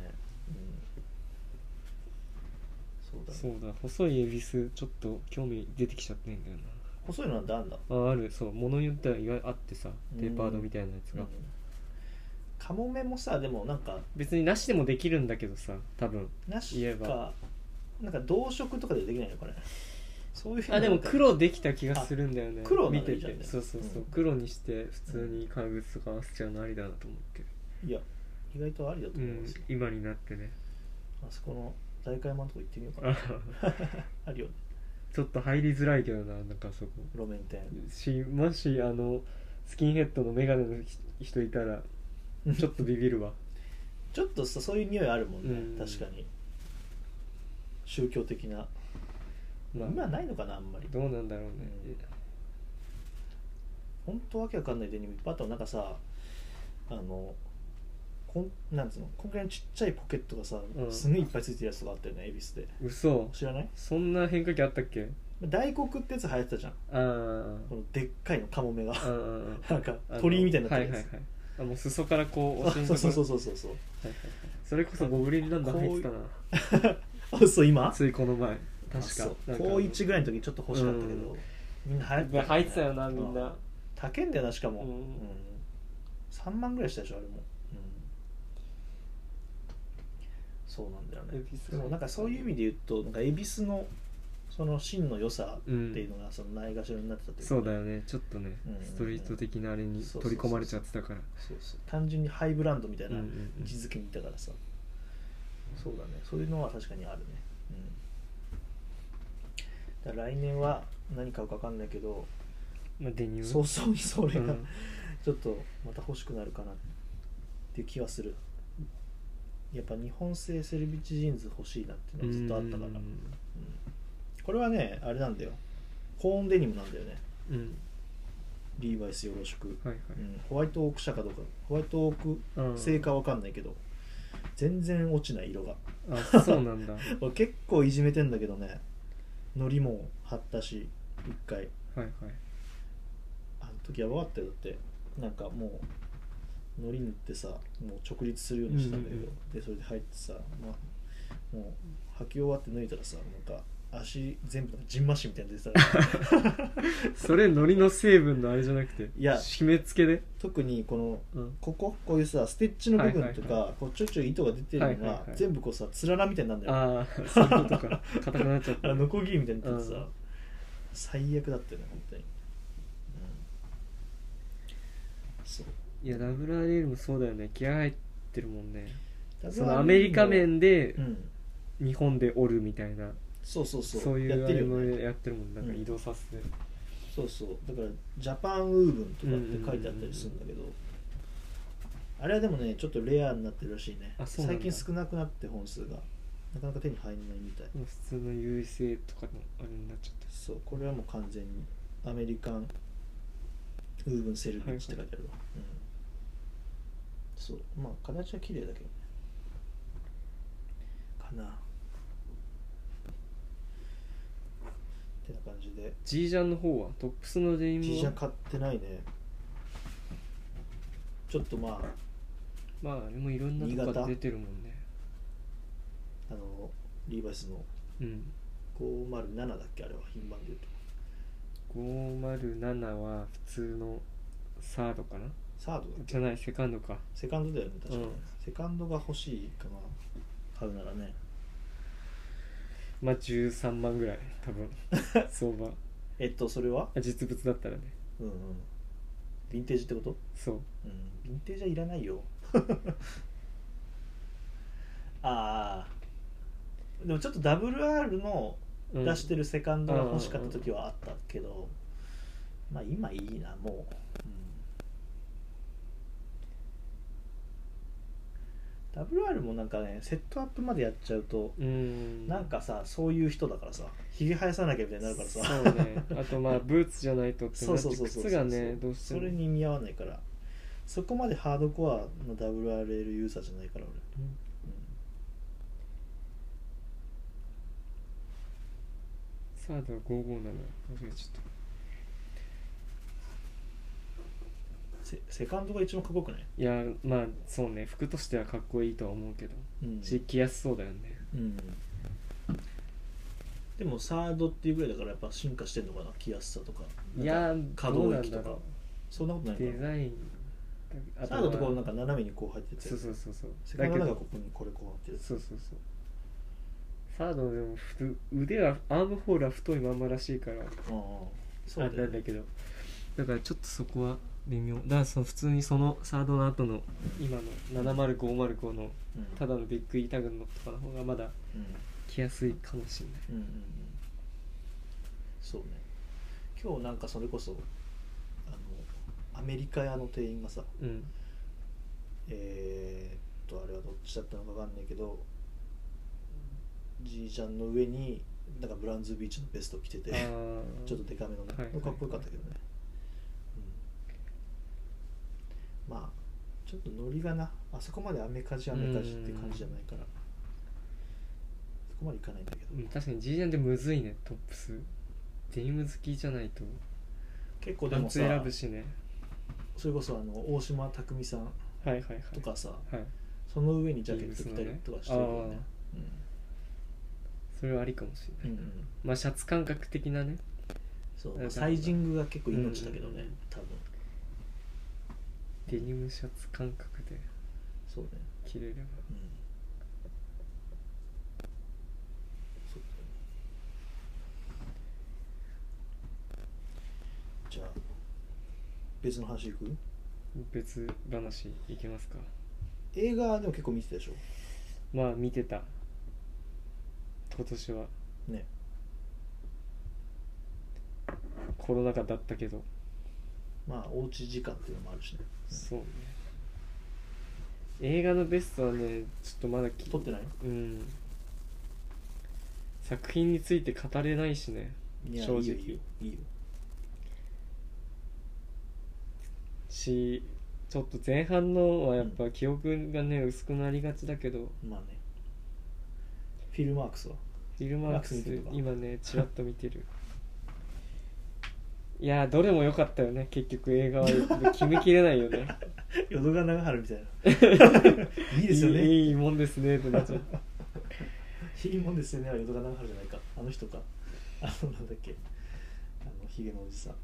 そうだ、細いエビスちょっと興味出てきちゃってんだよな。 細いのなんてあんだ。 ある、そう、物によっては意外あってさ、テーパードみたいなやつが、 カモメもさ、でもなんか別になしでもできるんだけどさ、多分なしかなんか同色とかでできないのかね。そういうでも黒できた気がするんだよね。 黒見てて、そうそうそう、黒にして普通に革靴とか合わせちゃうのありだなと思って。 いや意外とありだと思いますよ、 今になってね。 あそこの大会山のとこ行ってみようかなあるよね。 ちょっと入りづらいけどな、なんかそこ路面店もしスキンヘッドのメガネの人いたらちょっとビビるわちょっとさ、そういう匂いあるもんね、確かに宗教的な、今はないのかな、あんまり。 どうなんだろうね、 本当わけわかんないデニムいっぱいあったの。なんかさ、なんつうの、こんくらいのちっちゃいポケットがさ、すげえいっぱいついてるやつとかあったよね、恵比寿で。 嘘、 知らない？ そんな変化球あったっけ？ 大黒ってやつ流行ってたじゃん。このでっかいのカモメがなんか鳥居みたいになってるやつ、 もう裾からこうお尻そう、 それこそゴブリンランド入ってたな。 そう、今ついこの前確か高1ぐらいの時ちょっと欲しかったけど、みんな流行ってたよな、みんな。 高いんだよな、しかも3万ぐらいしたでしょ、あれも。そうなんだよね。でもなんかそういう意味で言うと、なんか恵比寿のその真の良さっていうのがそのないがしろになってたというか、 そうだよね、ちょっとね、ストリート的なあれに取り込まれちゃってたから。 単純にハイブランドみたいな位置づけにいたからさ、そうだね、そういうのは確かにあるね。だから来年は何買うか分かんないけど、 デニム早々にそれがちょっとまた欲しくなるかなっていう気はする。やっぱ日本製セルビッチジーンズ欲しいなっていうのはずっとあったから、これはね、あれなんだよ、コーンデニムなんだよね、リーバイスよろしく、ホワイトオーク社かどうか、ホワイトオーク製か分かんないけど、全然落ちない色が。 そうなんだ俺結構いじめてんだけどね、のりも貼ったし一回、あの時やばかったよ。だってなんかもうのり塗ってさ、もう直立するようにしたんだけど、でそれで入ってさ、もう履き終わって脱いだらさ、なんか足全部ジンマシンみたいなの出てたそれのりの成分のあれじゃなくて、 いや締め付けで、 特にこの、こういうさステッチの部分とか、こうちょいちょい糸が出てるのが、全部こうさつららみたいになるんだよ。 そういうことか、硬くなっちゃったノコギリみたいになってさ、最悪だったよね、本当に。そう、 いや、WRL もそうだよね、気合入ってるもんね。そのアメリカ面で日本で折るみたいな、そういうあれもやってるもん、なんか移動させて、 そうだからジャパンウーブンとかって書いてあったりするんだけど、あれはでもねちょっとレアになってるらしいね。最近少なくなって本数がなかなか手に入らないみたい。 普通の USA とかのあれになっちゃって、 そう、これはもう完全にアメリカンウーブンセルビッチって書いてあるわ。そう、まあ形は綺麗だけどねかなってな感じで。 ジージャンの方はトップスのデニムはジージャン買ってないね。ちょっとまああれもいろんなとこから出てるもんね。 リーバイスの507だっけ、あれは品番で言うと。 507は普通のサードかな。 サードだっけ、 じゃない、セカンドか。 セカンドだよね、確かに。セカンドが欲しいかな、買うならね。 まあ13万ぐらい多分相場。 それは実物だったらね。 ヴィンテージってこと？ そう、 ヴィンテージはいらないよああでもちょっと WR の出してるセカンドが欲しかった時はあったけど、まあ今いいなもう、WR もなんかねセットアップまでやっちゃうとなんかさそういう人だからさひげ生やさなきゃみたいになるからさそうねあとまあブーツじゃないとってなって靴がねどうしてもそれに見合わないからそこまでハードコアの WRL ユーザーじゃないから俺、 サードは557間違えちゃったセカンドが一番かっこよくない？ いやまあそうね服としてはかっこいいとは思うけど、着やすそうだよね、 でもサードっていうぐらいだからやっぱ進化してんのかな着やすさとかいや可動域とかそんなことないかなデザインサードとかなんか斜めにこう入っててそうセカンドなんかここにこれこう入ってるそうサードでも腕はアームホールは太いまんまらしいからそうだよね、 なんだけどだからちょっとそこは微妙だから普通にそのサードの後の今の70505のただのビッグイータグのとかの方がまだ着やすいかもしれない、 そうね今日なんかそれこそアメリカ屋の店員がさ、あれはどっちだったのか分かんないけどじいちゃんの上になんかブランズビーチのベストを着ててちょっとデカめのね、かっこよかったけどね、まあちょっとノリがなあそこまでアメカジって感じじゃないからそこまでいかないんだけど、 確かに G ジャンってむずいねトップスデニム好きじゃないと結構でもさ選ぶしねそれこそ大島匠さんとかさ、その上にジャケット着たりとかしてるよね、 それはありかもしれない、まあシャツ感覚的なねそうサイジングが結構命だけどね、多分デニムシャツ感覚でそうね着れれば、 そうだね。じゃあ別の話いく？ 別話いけますか？ 映画でも結構見てたでしょ？ まあ見てた今年はねコロナ禍だったけどまあおうち時間っていうのもあるしね、 そうね映画のベストはねちょっとまだ撮ってない？ 作品について語れないしね正直いいよちょっと前半のはやっぱ記憶がね薄くなりがちだけどまあねフィルマークス今ねちらっと見てるいやどれも良かったよね結局映画は決めきれないよね淀川長春みたいないいですよねいいもんですねってなっちゃういいもんですよねは淀川長春じゃないかあの人かなんだっけヒゲのおじさん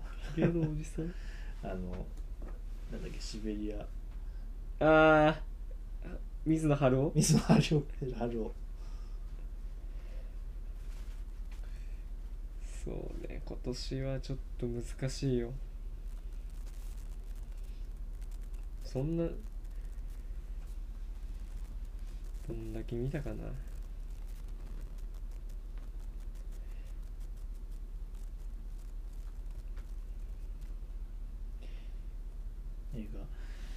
なんだっけシベリア水野晴郎そうね今年はちょっと難しいよそんなどんだけ見たかな映画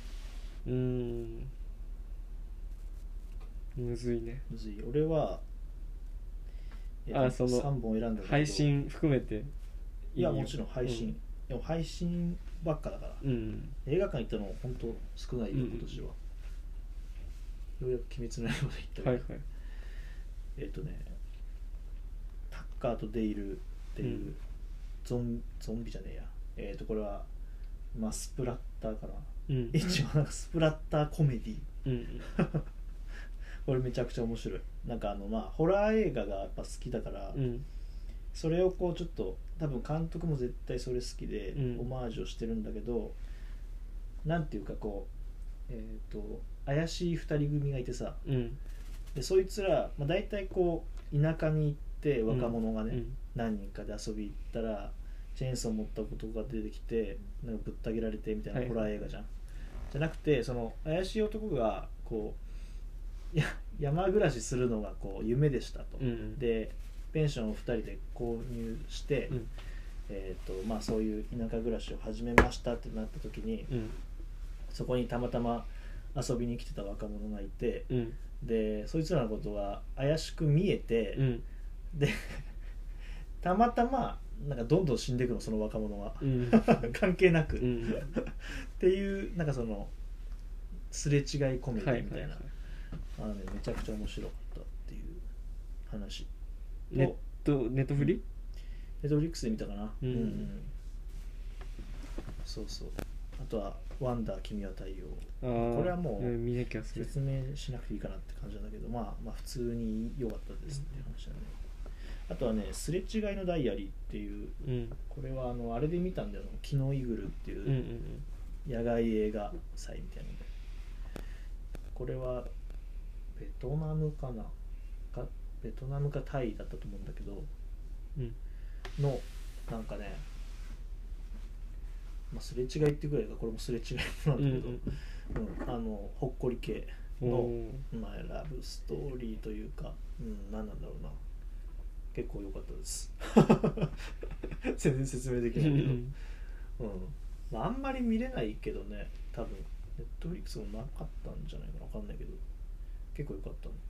むずいね俺はその 3本選んだんだけど配信含めていやもちろん配信、でも配信ばっかだから、映画館行ったの本当少ないよ今年は、ようやく鬼滅の刃まで行ったけど、タッカーとデイルっていう、ゾンビじゃねえやこれはまあスプラッターかな、一応なんかスプラッターコメディこれめちゃくちゃ面白いなんかまあホラー映画がやっぱ好きだから、それをこうちょっと多分監督も絶対それ好きで、オマージュをしてるんだけどなんていうかこう怪しい2人組がいてさ、でそいつら、まあ、大体こう田舎に行って若者がね、何人かで遊び行ったらチェーンソー持った男が出てきてなんかぶった切られてみたいなはいホラー映画じゃん、じゃなくてその怪しい男がこう山暮らしするのがこう夢でしたと、でペンションを2人で購入して、まあ、そういう田舎暮らしを始めましたってなった時に、そこにたまたま遊びに来てた若者がいて、でそいつらのことが怪しく見えて、でたまたまなんかどんどん死んでいくのその若者が、関係なく、っていうなんかそのすれ違いコメディみたいな、めちゃくちゃ面白かったっていう話。 ネットフリネットフリックスで見たかな、そうそう。あとはワンダー君は太陽、これはもう見なきゃ説明しなくていいかなって感じなんだけど、まあ普通に良かったですっていう話だね。あとはね、すれ違いのダイアリーっていう、これはあれで見たんだよ、キノイグルっていう野外映画祭みたいなので、これはベトナムかタイだったと思うんだけど、のなんかね、すれ違いっていうぐらいか、これもすれ違いなんだけど、ほっこり系の、ラブストーリーというか、何なんだろうな、結構良かったです全然説明できないけど、あんまり見れないけどね、多分ネットフリックスもなかったんじゃないかな、分かんないけど結構良かったね。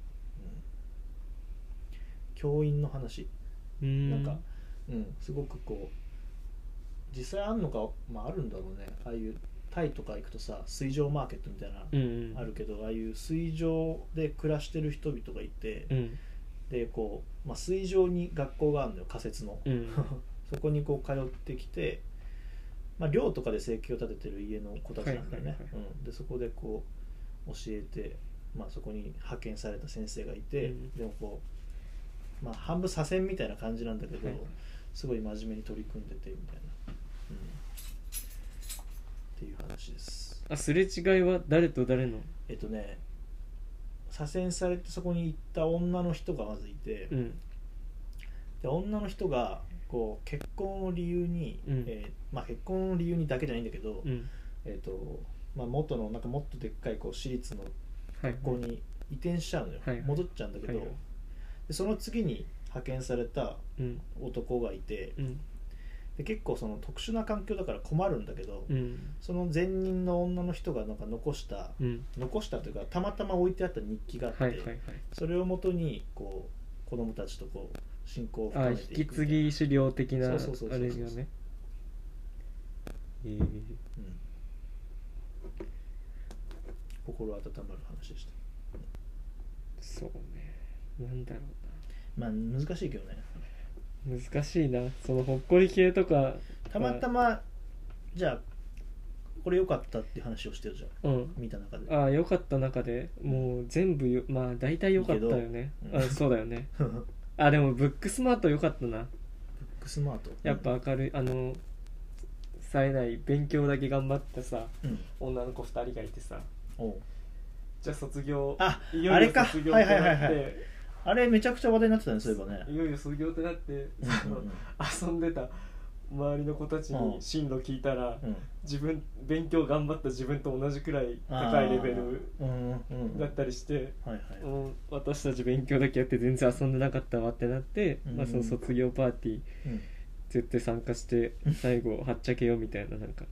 教員の話、なんか、すごくこう実際あるのか、あるんだろうね。ああいうタイとか行くとさ、水上マーケットみたいなあるけど、ああいう水上で暮らしてる人々がいて、でこう、水上に学校があるのよ、仮設の、そこにこう通ってきて、寮とかで生計を立ててる家の子たちなんだよね。でそこでこう教えて、そこに派遣された先生がいて、でもこう、半分左遷みたいな感じなんだけど、すごい真面目に取り組んでてみたいな、っていう話です。 すれ違いは誰と誰の？ 左遷されてそこに行った女の人がまずいて、で女の人がこう結婚を理由に、結婚を理由にだけじゃないんだけど、元のなんかもっとでっかいこう私立の学校に移転しちゃうのよ、戻っちゃうんだけど、でその次に派遣された男がいて、で結構その特殊な環境だから困るんだけど、その前任の女の人がなんか残したというか、たまたま置いてあった日記があって、それをもとにこう子供たちとこう親交を深めていくみたいな、 引き継ぎ資料的なあれよね。 心温まる話でした。 そうね、なんだろうな、難しいけどね。 難しいな、そのほっこり系とか。 たまたまじゃあこれ良かったっていう話をしてるじゃん、見た中で。 良かった中でもう全部大体良かったよね。そうだよねでもブックスマート良かったな。ブックスマートやっぱ明るい、冴えない勉強だけ頑張ってさ、女の子2人がいてさ、じゃあ卒業、いよいよ卒業ってなって、 あれめちゃくちゃ話題になってたね、そういえばね。 いよいよ卒業ってなって、遊んでた周りの子たちに進路聞いたら、勉強頑張った自分と同じくらい高いレベルだったりして、私たち勉強だけやって全然遊んでなかったわってなって、その卒業パーティー絶対参加して最後はっちゃけようみたいな、なんか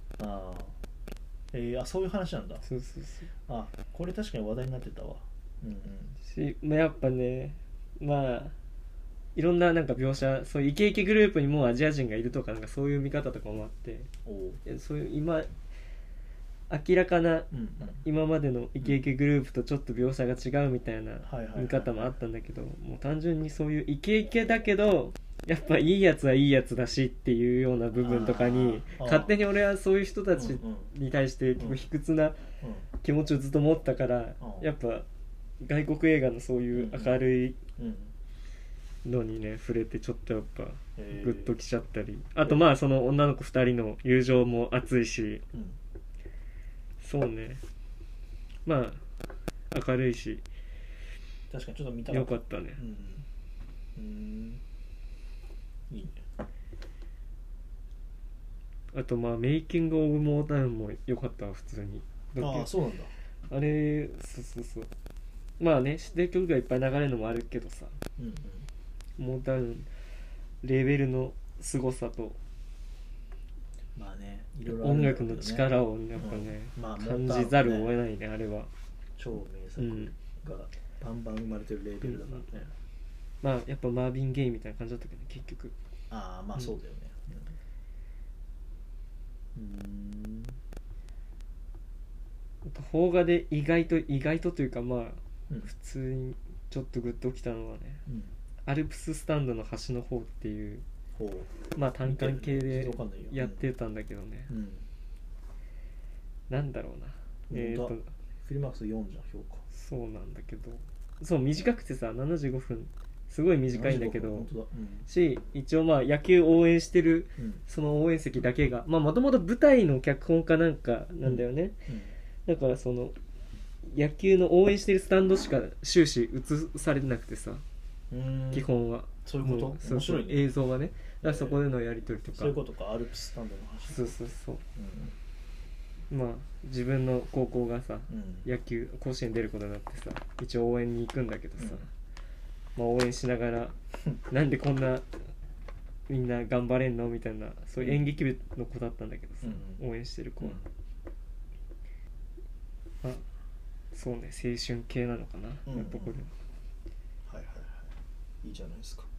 そういう話なんだ。 そうこれ確かに話題になってたわ。 やっぱね、いろんななんか描写、そういうイケイケグループにもアジア人がいるとか、なんかそういう見方とかもあって、そういう明らかな今までのイケイケグループとちょっと描写が違うみたいな見方もあったんだけど、もう単純にそういうイケイケだけどやっぱいいやつはいいやつだしっていうような部分とかに、勝手に俺はそういう人たちに対して結構卑屈な気持ちをずっと持ったから、やっぱ外国映画のそういう明るいのにね触れて、ちょっとやっぱグッときちゃったり、あとその女の子2人の友情も熱いし、そうね、明るいし、 確かにちょっと見たよかったね。 いいね。 あとまあメイキング・オブ・モーダウンも良かったわ普通に。 ああそうなんだ。 あれそうまあね知ってる曲がいっぱい流れるのもあるけどさ、 うんうん、 モーダウンレベルの凄さとまあねいろいろ音楽の力をやっぱね、 まあ、 感じざるを得ないねあれは。 超名作がバンバン生まれてるレベルだからね、 まあやっぱマーヴィン・ゲイみたいな感じだったけどね結局。 ああまあそうだよね、 邦画で意外とというかまあ、普通にちょっとグッときたのはね、アルプススタンドの端の方っていうまあ単館系でやってたんだけどね、なんだろうなフィルマークス4じゃん評価。 そうなんだけどそう短くてさ75分すごい短いんだけど、し一応まあ野球応援してるその応援席だけがまあもともと舞台の脚本家なんかなんだよね、だからその野球の応援してるスタンドしか終始映されなくてさ、基本はそういうこと、面白いね映像はね。だからそこでのやり取りとか、 そういうことか、アルプススタンドの話。 そう、まあ自分の高校がさ、野球甲子園出ることになってさ一応応援に行くんだけどさ、まあ応援しながらなんでこんなみんな頑張れんのみたいなそういう演劇部の子だったんだけどさ、応援してる子は、あそうね青春系なのかな、やっぱこれいいじゃないですか。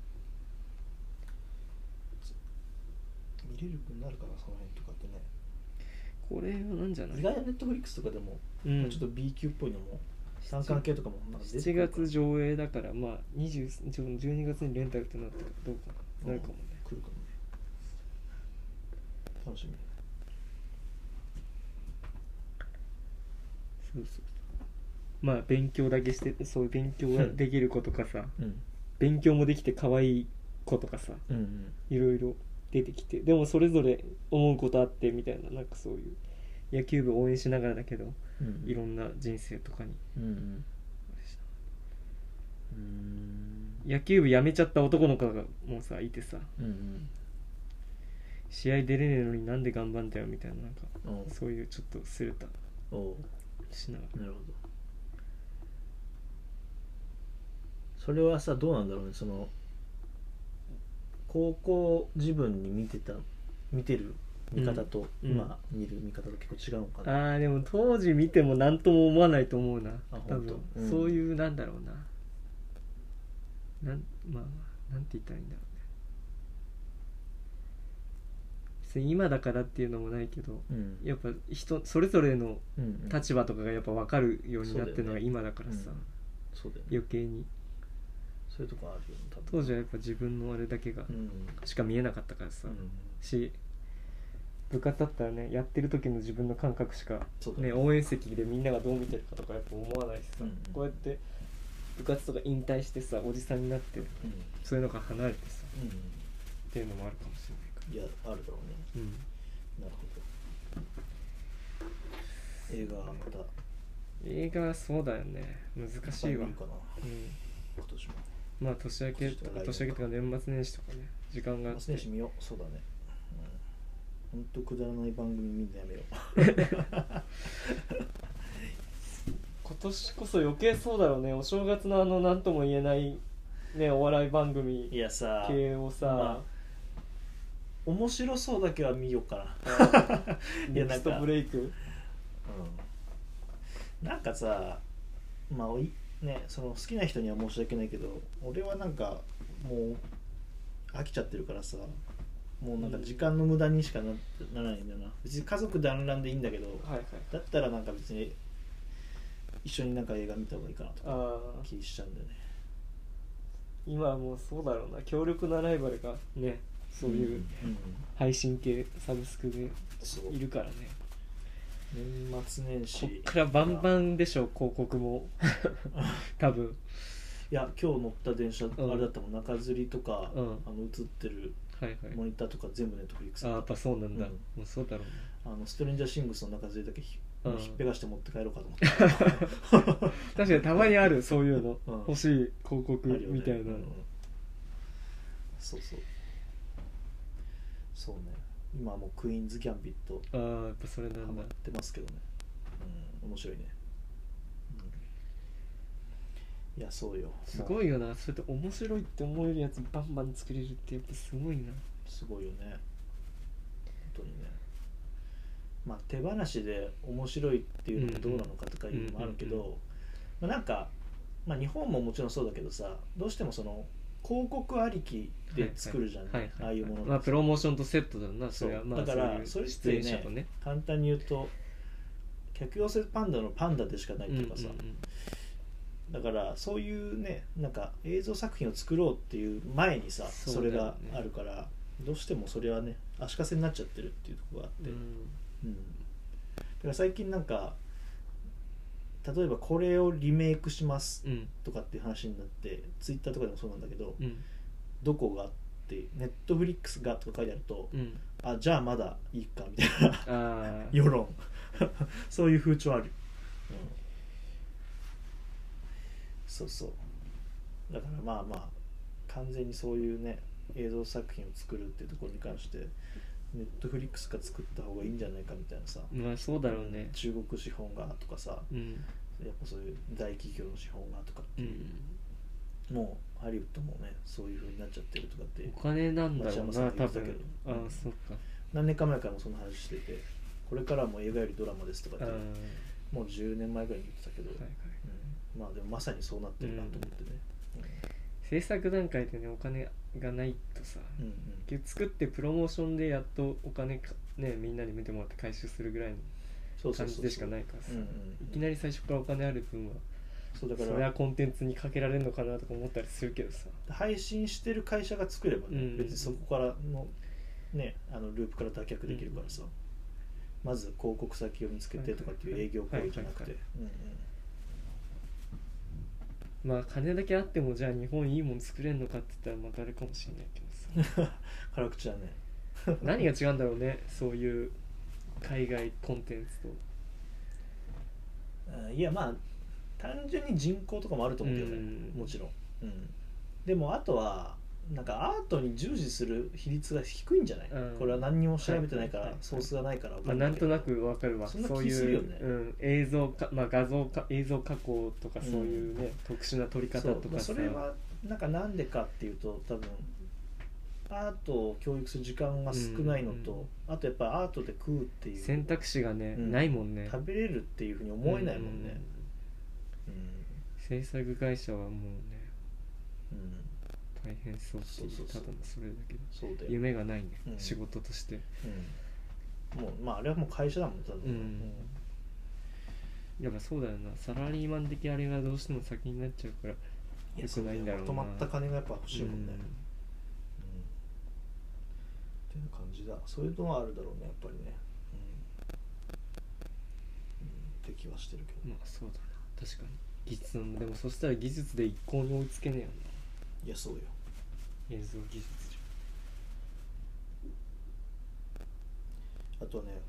見れるくなるかなその辺とかってね。 これはなんじゃない、 意外なネットフリックスとかでも、ちょっと B 級っぽいのも三冠系とかもなんか出てくるか 7月上映だからまあ12月にレンタルってなったらどうかな、なるかもね、 来るかもね。楽しみ。 そうまあ勉強だけしてそういう勉強ができる子とかさ、勉強もできて可愛い子とかさ、いろいろ出てきて、でもそれぞれ思うことあってみたいな、なんかそういう野球部応援しながらだけど、いろんな人生とかに、野球部辞めちゃった男の子がもうさいてさ、試合出れねえのになんで頑張んだよみたいな、なんかそういうちょっとすれたしながら。 なるほど。それはさどうなんだろうね、その高校自分に見てる見方と、今見る見方と結構違うのかな。 でも当時見ても何とも思わないと思うな、多分、そういうなんだろうな、まあなんて言ったらいいんだろうね、別に今だからっていうのもないけど、やっぱ人それぞれの立場とかがやっぱ分かるようになってるのが今だからさ、余計にそういうとこあるよね。 当時はやっぱ自分のあれだけがしか見えなかったからさ、し部活だったらねやってる時の自分の感覚しか、ね、応援席でみんながどう見てるかとかやっぱ思わないしさ、こうやって部活とか引退してさおじさんになって、そういうのが離れてさ、っていうのもあるかもしれないから。 いやあるだろうね、なるほど。映画はまた映画そうだよね、難しいわ。 今年もまあ年明けとか年明けとか年末年始とかね時間があって、 年末年始見よう。そうだね、ほんとくだらない番組みんなやめよう今年こそ余計そうだろうね、お正月のなんとも言えないねお笑い番組いやさ系をさ、まあ、 面白そうだけは見ようかなネクストブレイク、 なんかさまあね、その好きな人には申し訳ないけど俺はなんかもう飽きちゃってるからさ、もうなんか時間の無駄にしかならないんだよな。別に家族団らんでいいんだけど、だったらなんか別に一緒になんか映画見た方がいいかなとか気しちゃうんだよね。 今はもうそうだろうな、強力なライバルがねそういう配信系サブスクでいるからね。 年末年始こっからバンバンでしょ広告も多分。 いや今日乗った電車、あれだったもん、中吊りとか、映ってるモニターとか全部ネットフリックス。 やっぱそうなんだ、もうそうだろうね。 ストレンジャーシングスの中吊りだけひっぺがして持って帰ろうかと思って確かにたまにあるそういうの、欲しい広告みたいな、 そうね。 今はもうクイーンズ・ギャンビットああやっぱそれなんだ。 ハマってますけどね、面白いね、いやそうよ、 すごいよな、それって面白いって思えるやつバンバン作れるってやっぱすごいな。 すごいよね本当にね。まあ手放しで面白いっていうのもどうなのかとかいうのもあるけど、まあなんか、まあ、日本ももちろんそうだけどさ、どうしてもその広告ありきで作るじゃん、ああいうもの、 まあプロモーションとセットだな、それは。まあだからそれってね、簡単に言うと客寄せパンダのパンダでしかないとかさ、だからそういうね、なんか映像作品を作ろうっていう前にさ それがあるから、どうしてもそれはね足かせになっちゃってるっていうところがあって、だから最近なんか例えばこれをリメイクしますとかっていう話になって、ツイッターとかでもそうなんだけど、どこがってネットフリックスがとか書いてあると、あじゃあまだいいかみたいな世論そういう風潮ある、そうそうだからまあまあ完全にそういうね映像作品を作るっていうところに関してネットフリックスが作った方がいいんじゃないかみたいなさ、 まあそうだろうね、 中国資本がとかさ、やっぱそういう大企業の資本がとかっていう、もうハリウッドもねそういう風になっちゃってるとかってお金なんだろうな多分。 そうか、何年か前からもその話してて、これからも映画よりドラマですとかってもう10年前ぐらいに言ってたけど、まあでもまさにそうなってるなと思ってね、 制作段階でねお金がないとさ、作ってプロモーションでやっとお金ねみんなに見てもらって回収するぐらいの感じでしかないからさ、いきなり最初からお金ある分はそうだからそれはコンテンツにかけられるのかなとか思ったりするけどさ、 配信してる会社が作ればね、別にそこからのねループから脱却できるからさ、まず広告先を見つけてとかっていう営業行為じゃなくて、 まあ金だけあってもじゃあ日本いいもの作れるのかって言ったらまたあれかもしれないけどさ辛口だね何が違うんだろうね、そういう海外コンテンツと。いやまあ単純に人口とかもあると思うけどね、もちろん、でもあとはなんかアートに従事する比率が低いんじゃない、これは何にも調べてないから、ソースがないから分かんないけど、 なんとなく分かるわ、 そんな気するよね、 映像か、画像か映像加工とかそういうね、特殊な撮り方とかさ、 それはなんでかっていうと、多分アートを教育する時間が少ないのと、あとやっぱアートで食うっていう選択肢がね、ないもんね、 食べれるっていうふうに思えないもんね、 制作会社はもうね、大変そうっていう、ただのそれだけど夢がないね、仕事として、 もうまああれはもう会社だもん、ただやっぱそうだよな、サラリーマン的あれがどうしても先になっちゃうからよくないんだろうな、 まとまった金がやっぱ欲しいもんね、っていう感じだ、そういうのはあるだろうね、やっぱりね、って気はしてるけど、 まあそうだな、確かに技術のでもそしたら技術で一向に追いつけねえよな、 いやそうよ、 映像技術じゃん。あとはね、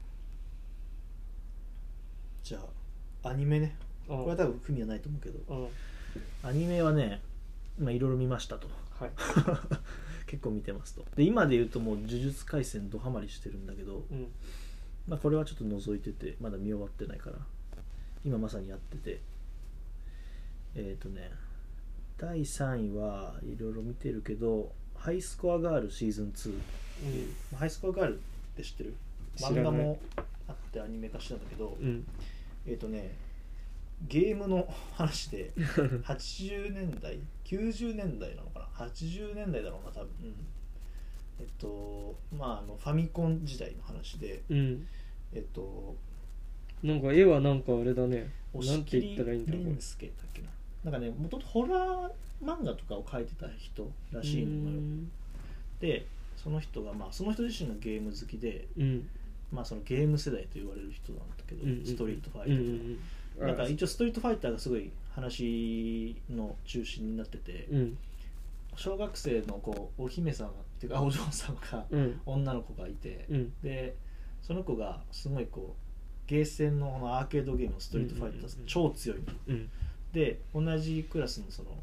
じゃあアニメね、これは多分組はないと思うけど、アニメはねいろいろ見ましたと、結構見てますと。で今で言うともう呪術廻戦ドハマりしてるんだけど、まあこれはちょっと覗いててまだ見終わってないから今まさにやってて、第3位はいろいろ見てるけど、ハイスコアガールシーズン2、ハイスコアガールって知ってる？漫画もあってアニメ化したんだけど、ゲームの話で80年代90年代なのかな、80年代だろうな多分、まあファミコン時代の話で、 なんか絵はなんかあれだね、 なんて言ったらいいんだろう、レンスケだっけな、なんかね元々ホラー漫画とかを描いてた人らしいのよ。でその人がその人自身がゲーム好きで、そのゲーム世代と言われる人なんだけど、ストリートファイターとか、なんか一応ストリートファイターがすごい話の中心になってて、小学生のお姫様っていうかお嬢様が、女の子がいて、でその子がすごいゲーセンのアーケードゲームのストリートファイター超強いの、で同じクラスのその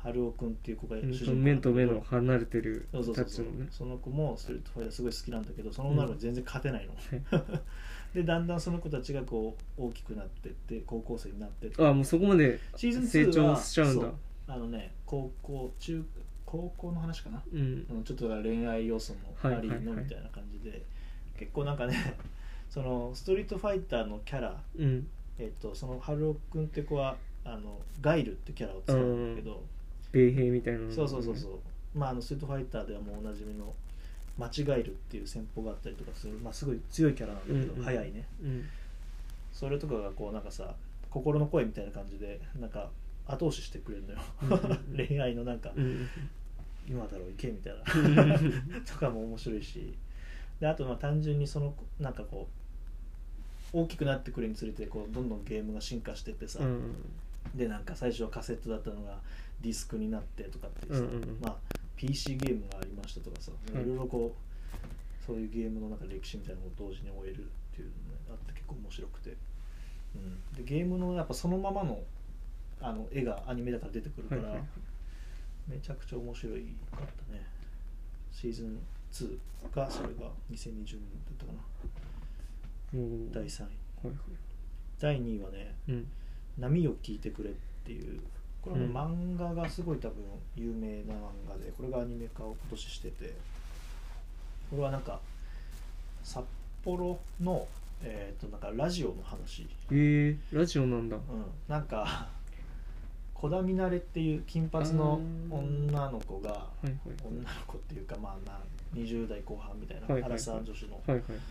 春尾くんっていう子が主人公目と目の離れてるそうタッチのね、 その子もストリートファイターすごい好きなんだけど、その女の子に全然勝てないの、でだんだんその子たちがこう大きくなってって高校生になってって、 もうそこまでシーズン成 2は長しちゃうんだ。 高校の話かな、ちょっと恋愛要素もありのみたいな感じで、結構なんかねそのストリートファイターのキャラ、その春尾くんって子はガイルってキャラを使うんだけど、 米兵みたいなの、ね、 そう、ストリートファイターではもうおなじみの間違えるっていう戦法があったりとかする、すごい強いキャラなんだけど、速いね、それとかがこうなんかさ心の声みたいな感じでなんか後押ししてくれるのよ恋愛のなんか、今だろう行けみたいなとかも面白いし、であと単純にそのなんかこう大きくなってくるにつれてこうどんどんゲームが進化してってさ、でなんか最初はカセットだったのがディスクになってとかってさ、PC ゲームがありましたとかさ、いろいろこうそういうゲームのなんか歴史みたいなのを同時に終えるっていうのがあって結構面白くて、でゲームのやっぱそのままの絵がアニメだから出てくるから、めちゃくちゃ面白いかったね。シーズン2がそれが2020年だったかな、第3位、第2位はね、波を聞いてくれっていう、これは漫画がすごい多分有名な漫画で、これがアニメ化を今年してて、これはなんか札幌のなんかラジオの話。 ラジオなんだ。 なんか小田ミナレっていう金髪の女の子が、女の子っていうか20代後半みたいなアラサー女子の、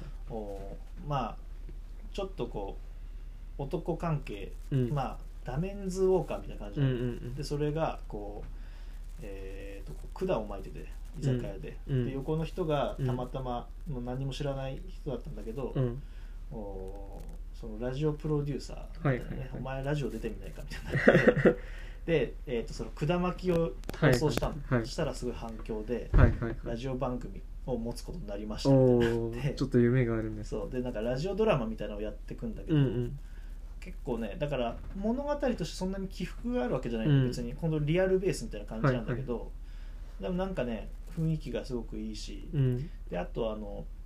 ちょっとこう男関係、ダメンズウォーカーみたいな感じで、それがこう管を巻いてて居酒屋で、で横の人がたまたま、もう何も知らない人だったんだけど、そのラジオプロデューサーみたいなね、お前ラジオ出てみないかみたいなで、その管巻きを放送したの、そしたらすごい反響で、ラジオ番組を持つことになりましたで、 ちょっと夢があるんです。 そうでなんかラジオドラマみたいなのをやっていくんだけど、結構ねだから物語としてそんなに起伏があるわけじゃない、別に本当リアルベースみたいな感じなんだけど、でもなんかね雰囲気がすごくいいし、であと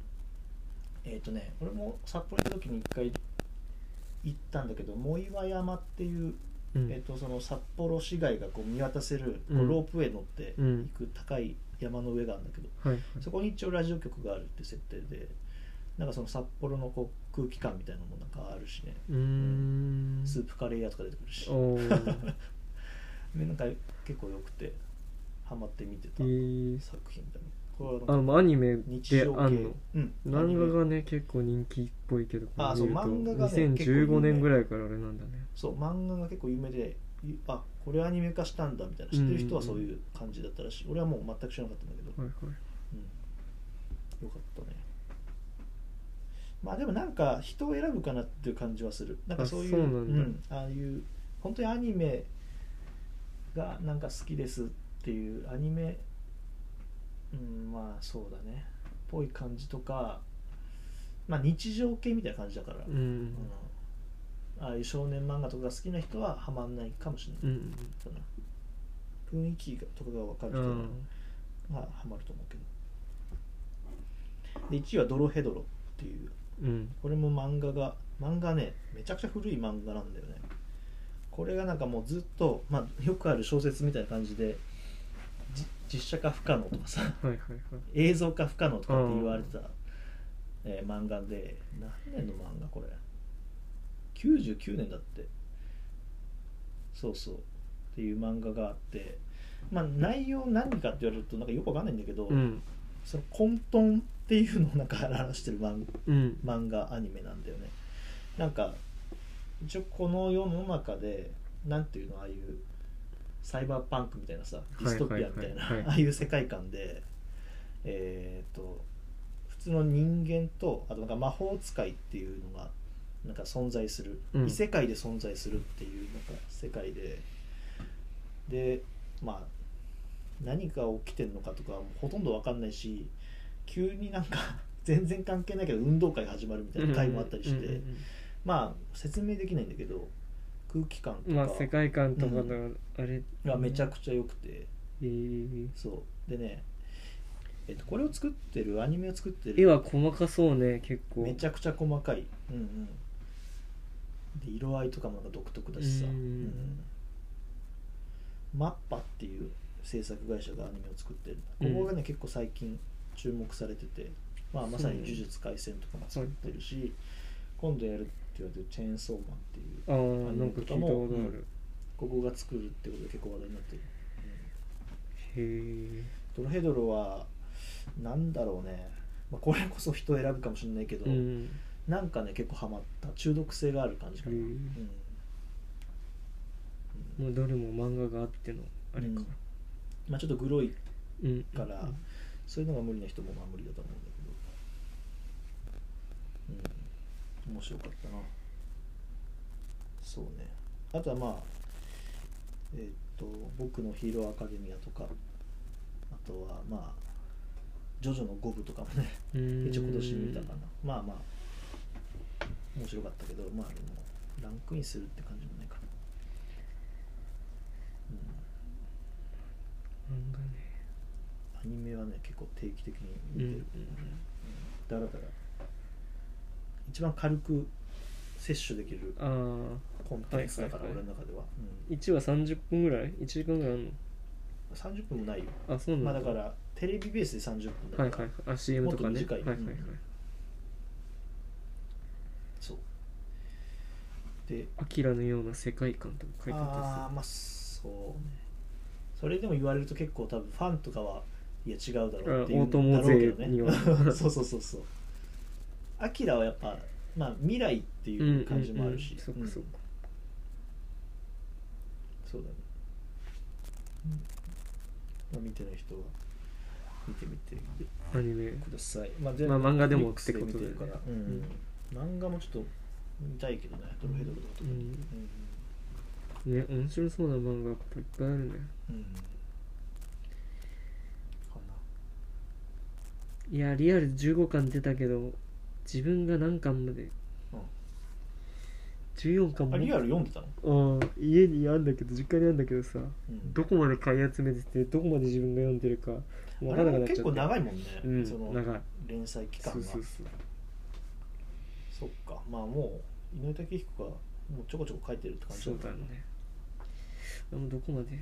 俺も札幌行った時に一回行ったんだけど、藻岩山っていう、その札幌市街がこう見渡せる、こうロープウェイ乗って行く高い山の上があるんだけど、そこに一応ラジオ局があるって設定で、なんかその札幌のこう空気感みたいなのもなんかあるしね、スープカレー屋とか出てくるしでなんか結構良くてハマって見てた作品だね。 アニメであんの、漫画がね結構人気っぽいけど、 そう漫画がね 2015年ぐらいからあれなんだね。 そう漫画が結構有名で、これアニメ化したんだみたいな、知ってる人はそういう感じだったらしい。俺はもう全く知らなかったんだけど、よかったね。でもなんか人を選ぶかなっていう感じはする。なんかそういう、ああいう本当にアニメがなんか好きですっていうアニメ、そうだねぽい感じとか、日常系みたいな感じだから、ああいう少年漫画とかが好きな人はハマんないかもしれない、雰囲気とかが分かる人はハマると思うけど。で1位はドロヘドロっていう、これも漫画ねめちゃくちゃ古い漫画なんだよね。これがなんかもうずっと、よくある小説みたいな感じで実写化不可能とかさ、映像化不可能とかって言われてた、漫画で、何年の漫画これ99年だって、そうっていう漫画があって、内容何かって言われるとなんかよくわかんないんだけど、その混沌っていうのをなんか表してる漫画アニメなんだよね。なんか一応この世の中でなんていうの、ああいうサイバーパンクみたいなさ、ディストピアみたいな、ああいう世界観で、普通の人間と、あとなんか魔法使いっていうのがなんか存在する、異世界で存在するっていうなんか世界で、何が起きてるのかとかもほとんど分かんないし、急になんか全然関係ないけど運動会が始まるみたいな回もあったりして、説明できないんだけど、 空気感とか、 まあ世界観とかのあれがめちゃくちゃ良くて、そうでね、これを作ってるアニメを作ってる絵は細かそうね、結構めちゃくちゃ細かい、で色合いとかもなんか独特だしさ、マッパっていう制作会社がアニメを作ってる、ここがね結構最近注目されてて、まさに呪術廻戦とかも作ってるし、今度やるって言われてるチェーンソーマンっていうアニメとかも、ここが作るってことで結構話題になってる、 へえ。 ドロヘドロはなんだろうね、これこそ人を選ぶかもしれないけど、なんかね結構ハマった、中毒性がある感じかな、 もうどれも漫画があってのあれか、 ちょっとグロいから、そういうのが無理な人も無理だと思うんだけど、面白かったな。そうね、あとは僕のヒーローアカデミアとか、あとはジョジョの5部とかもね一応今年見たかな。面白かったけど、でもランクインするって感じもないかな。 漫画ね、 アニメはね結構定期的に見てる、だらだら一番軽く摂取できるコンテンツだから、俺の中では、 1話30分ぐらい、1時間ぐらいあるの ？30分もないよ。 あ、そうなんだ。 だからテレビベースで30分だから、 CM とかね、 もっと短い、そうで、 アキラのような世界観とか書いてあってさ、そうね、それでも言われると結構多分ファンとかはいや違うだろうっていうだろうけどねそうアキラはやっぱ未来っていう感じもあるし、そうだね、見てない人は見てみてアニメください。 漫画でもってことで、 漫画もちょっと見たいけどね、ドロヘドロとか、 ね、面白そうな漫画いっぱいあるね。いや、リアル15巻出たけど自分が何巻まで、14巻もリアル読んでたの？ 家にあんだけど、実家にあんだけどさ、どこまで買い集めててどこまで自分が読んでるか分からなくなっちゃって。結構長いもんね、 その長い連載期間が。そっか、もう井上武彦がもうちょこちょこ書いてるって感じだね。そうだね。 どこまで、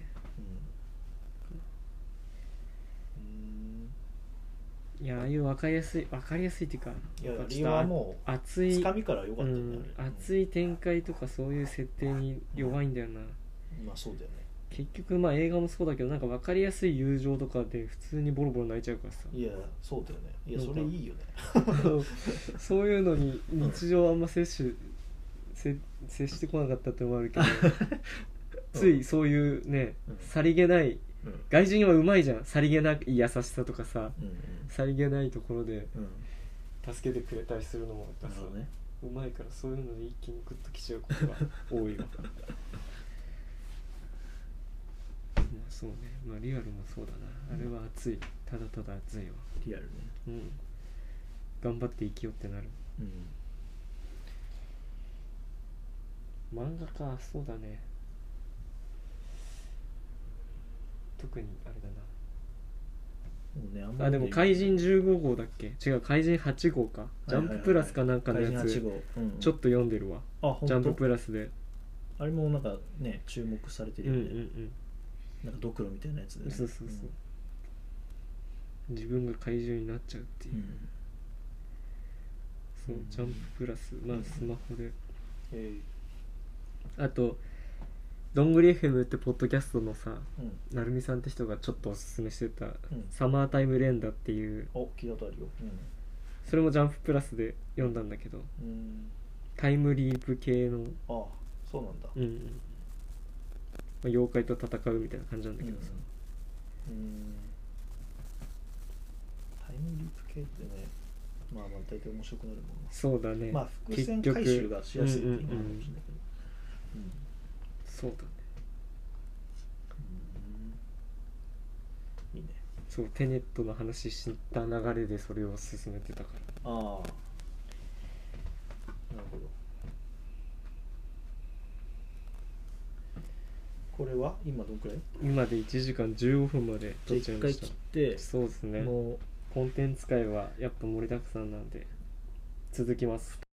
いや、ああいう分かりやすいっていうか、 リアはもう熱いつかみから良かったよね、 熱い展開とかそういう設定に弱いんだよな。 そうだよね。 結局映画もそうだけど、なんか分かりやすい友情とかで普通にボロボロ泣いちゃうからさ。 いや、そうだよね。いや、それいいよね。 そういうのに日常あんま接してこなかったってのもあるけど、ついそういうね、さりげない、外人はうまいじゃん、さりげない優しさとかさ、さりげないところで助けてくれたりするのもさ、うまいから、そういうので一気にグッときちゃうことが多いわ。そうね、リアルもそうだな、あれは熱い、ただただ熱いわ。 リアルね、 頑張って生きようってなる。漫画か、そうだね、特にあれだな。でも怪人15号だっけ、違う、怪人8号か、ジャンププラスかなんかのやつ、ちょっと読んでるわ。ジャンププラスで。 あれもなんかね、注目されてるよね。なんかドクロみたいなやつで、 そう自分が怪獣になっちゃうっていう、そう、ジャンププラス、スマホで、あとどんぐり FM ってポッドキャストのさ、なるみさんって人がちょっとおすすめしてた、サマータイム連打っていう、 聞いたことあるよ、 それもジャンププラスで読んだんだけど、タイムリープ系の、 そうなんだ、 妖怪と戦うみたいな感じなんだけどさ、 タイムリープ系ってね、大体面白くなるもんな。 そうだね、 伏線回収がしやすいっていうのかもしれないけど、 そうだね、 いいね。 そう、テネットの話した流れでそれを進めてたから。 なるほど。 これは今どんくらい？ 今で1時間15分まで撮っちゃいました。 一回切って、 そうですね。もうコンテンツ界はやっぱ盛りだくさんなんで続きます。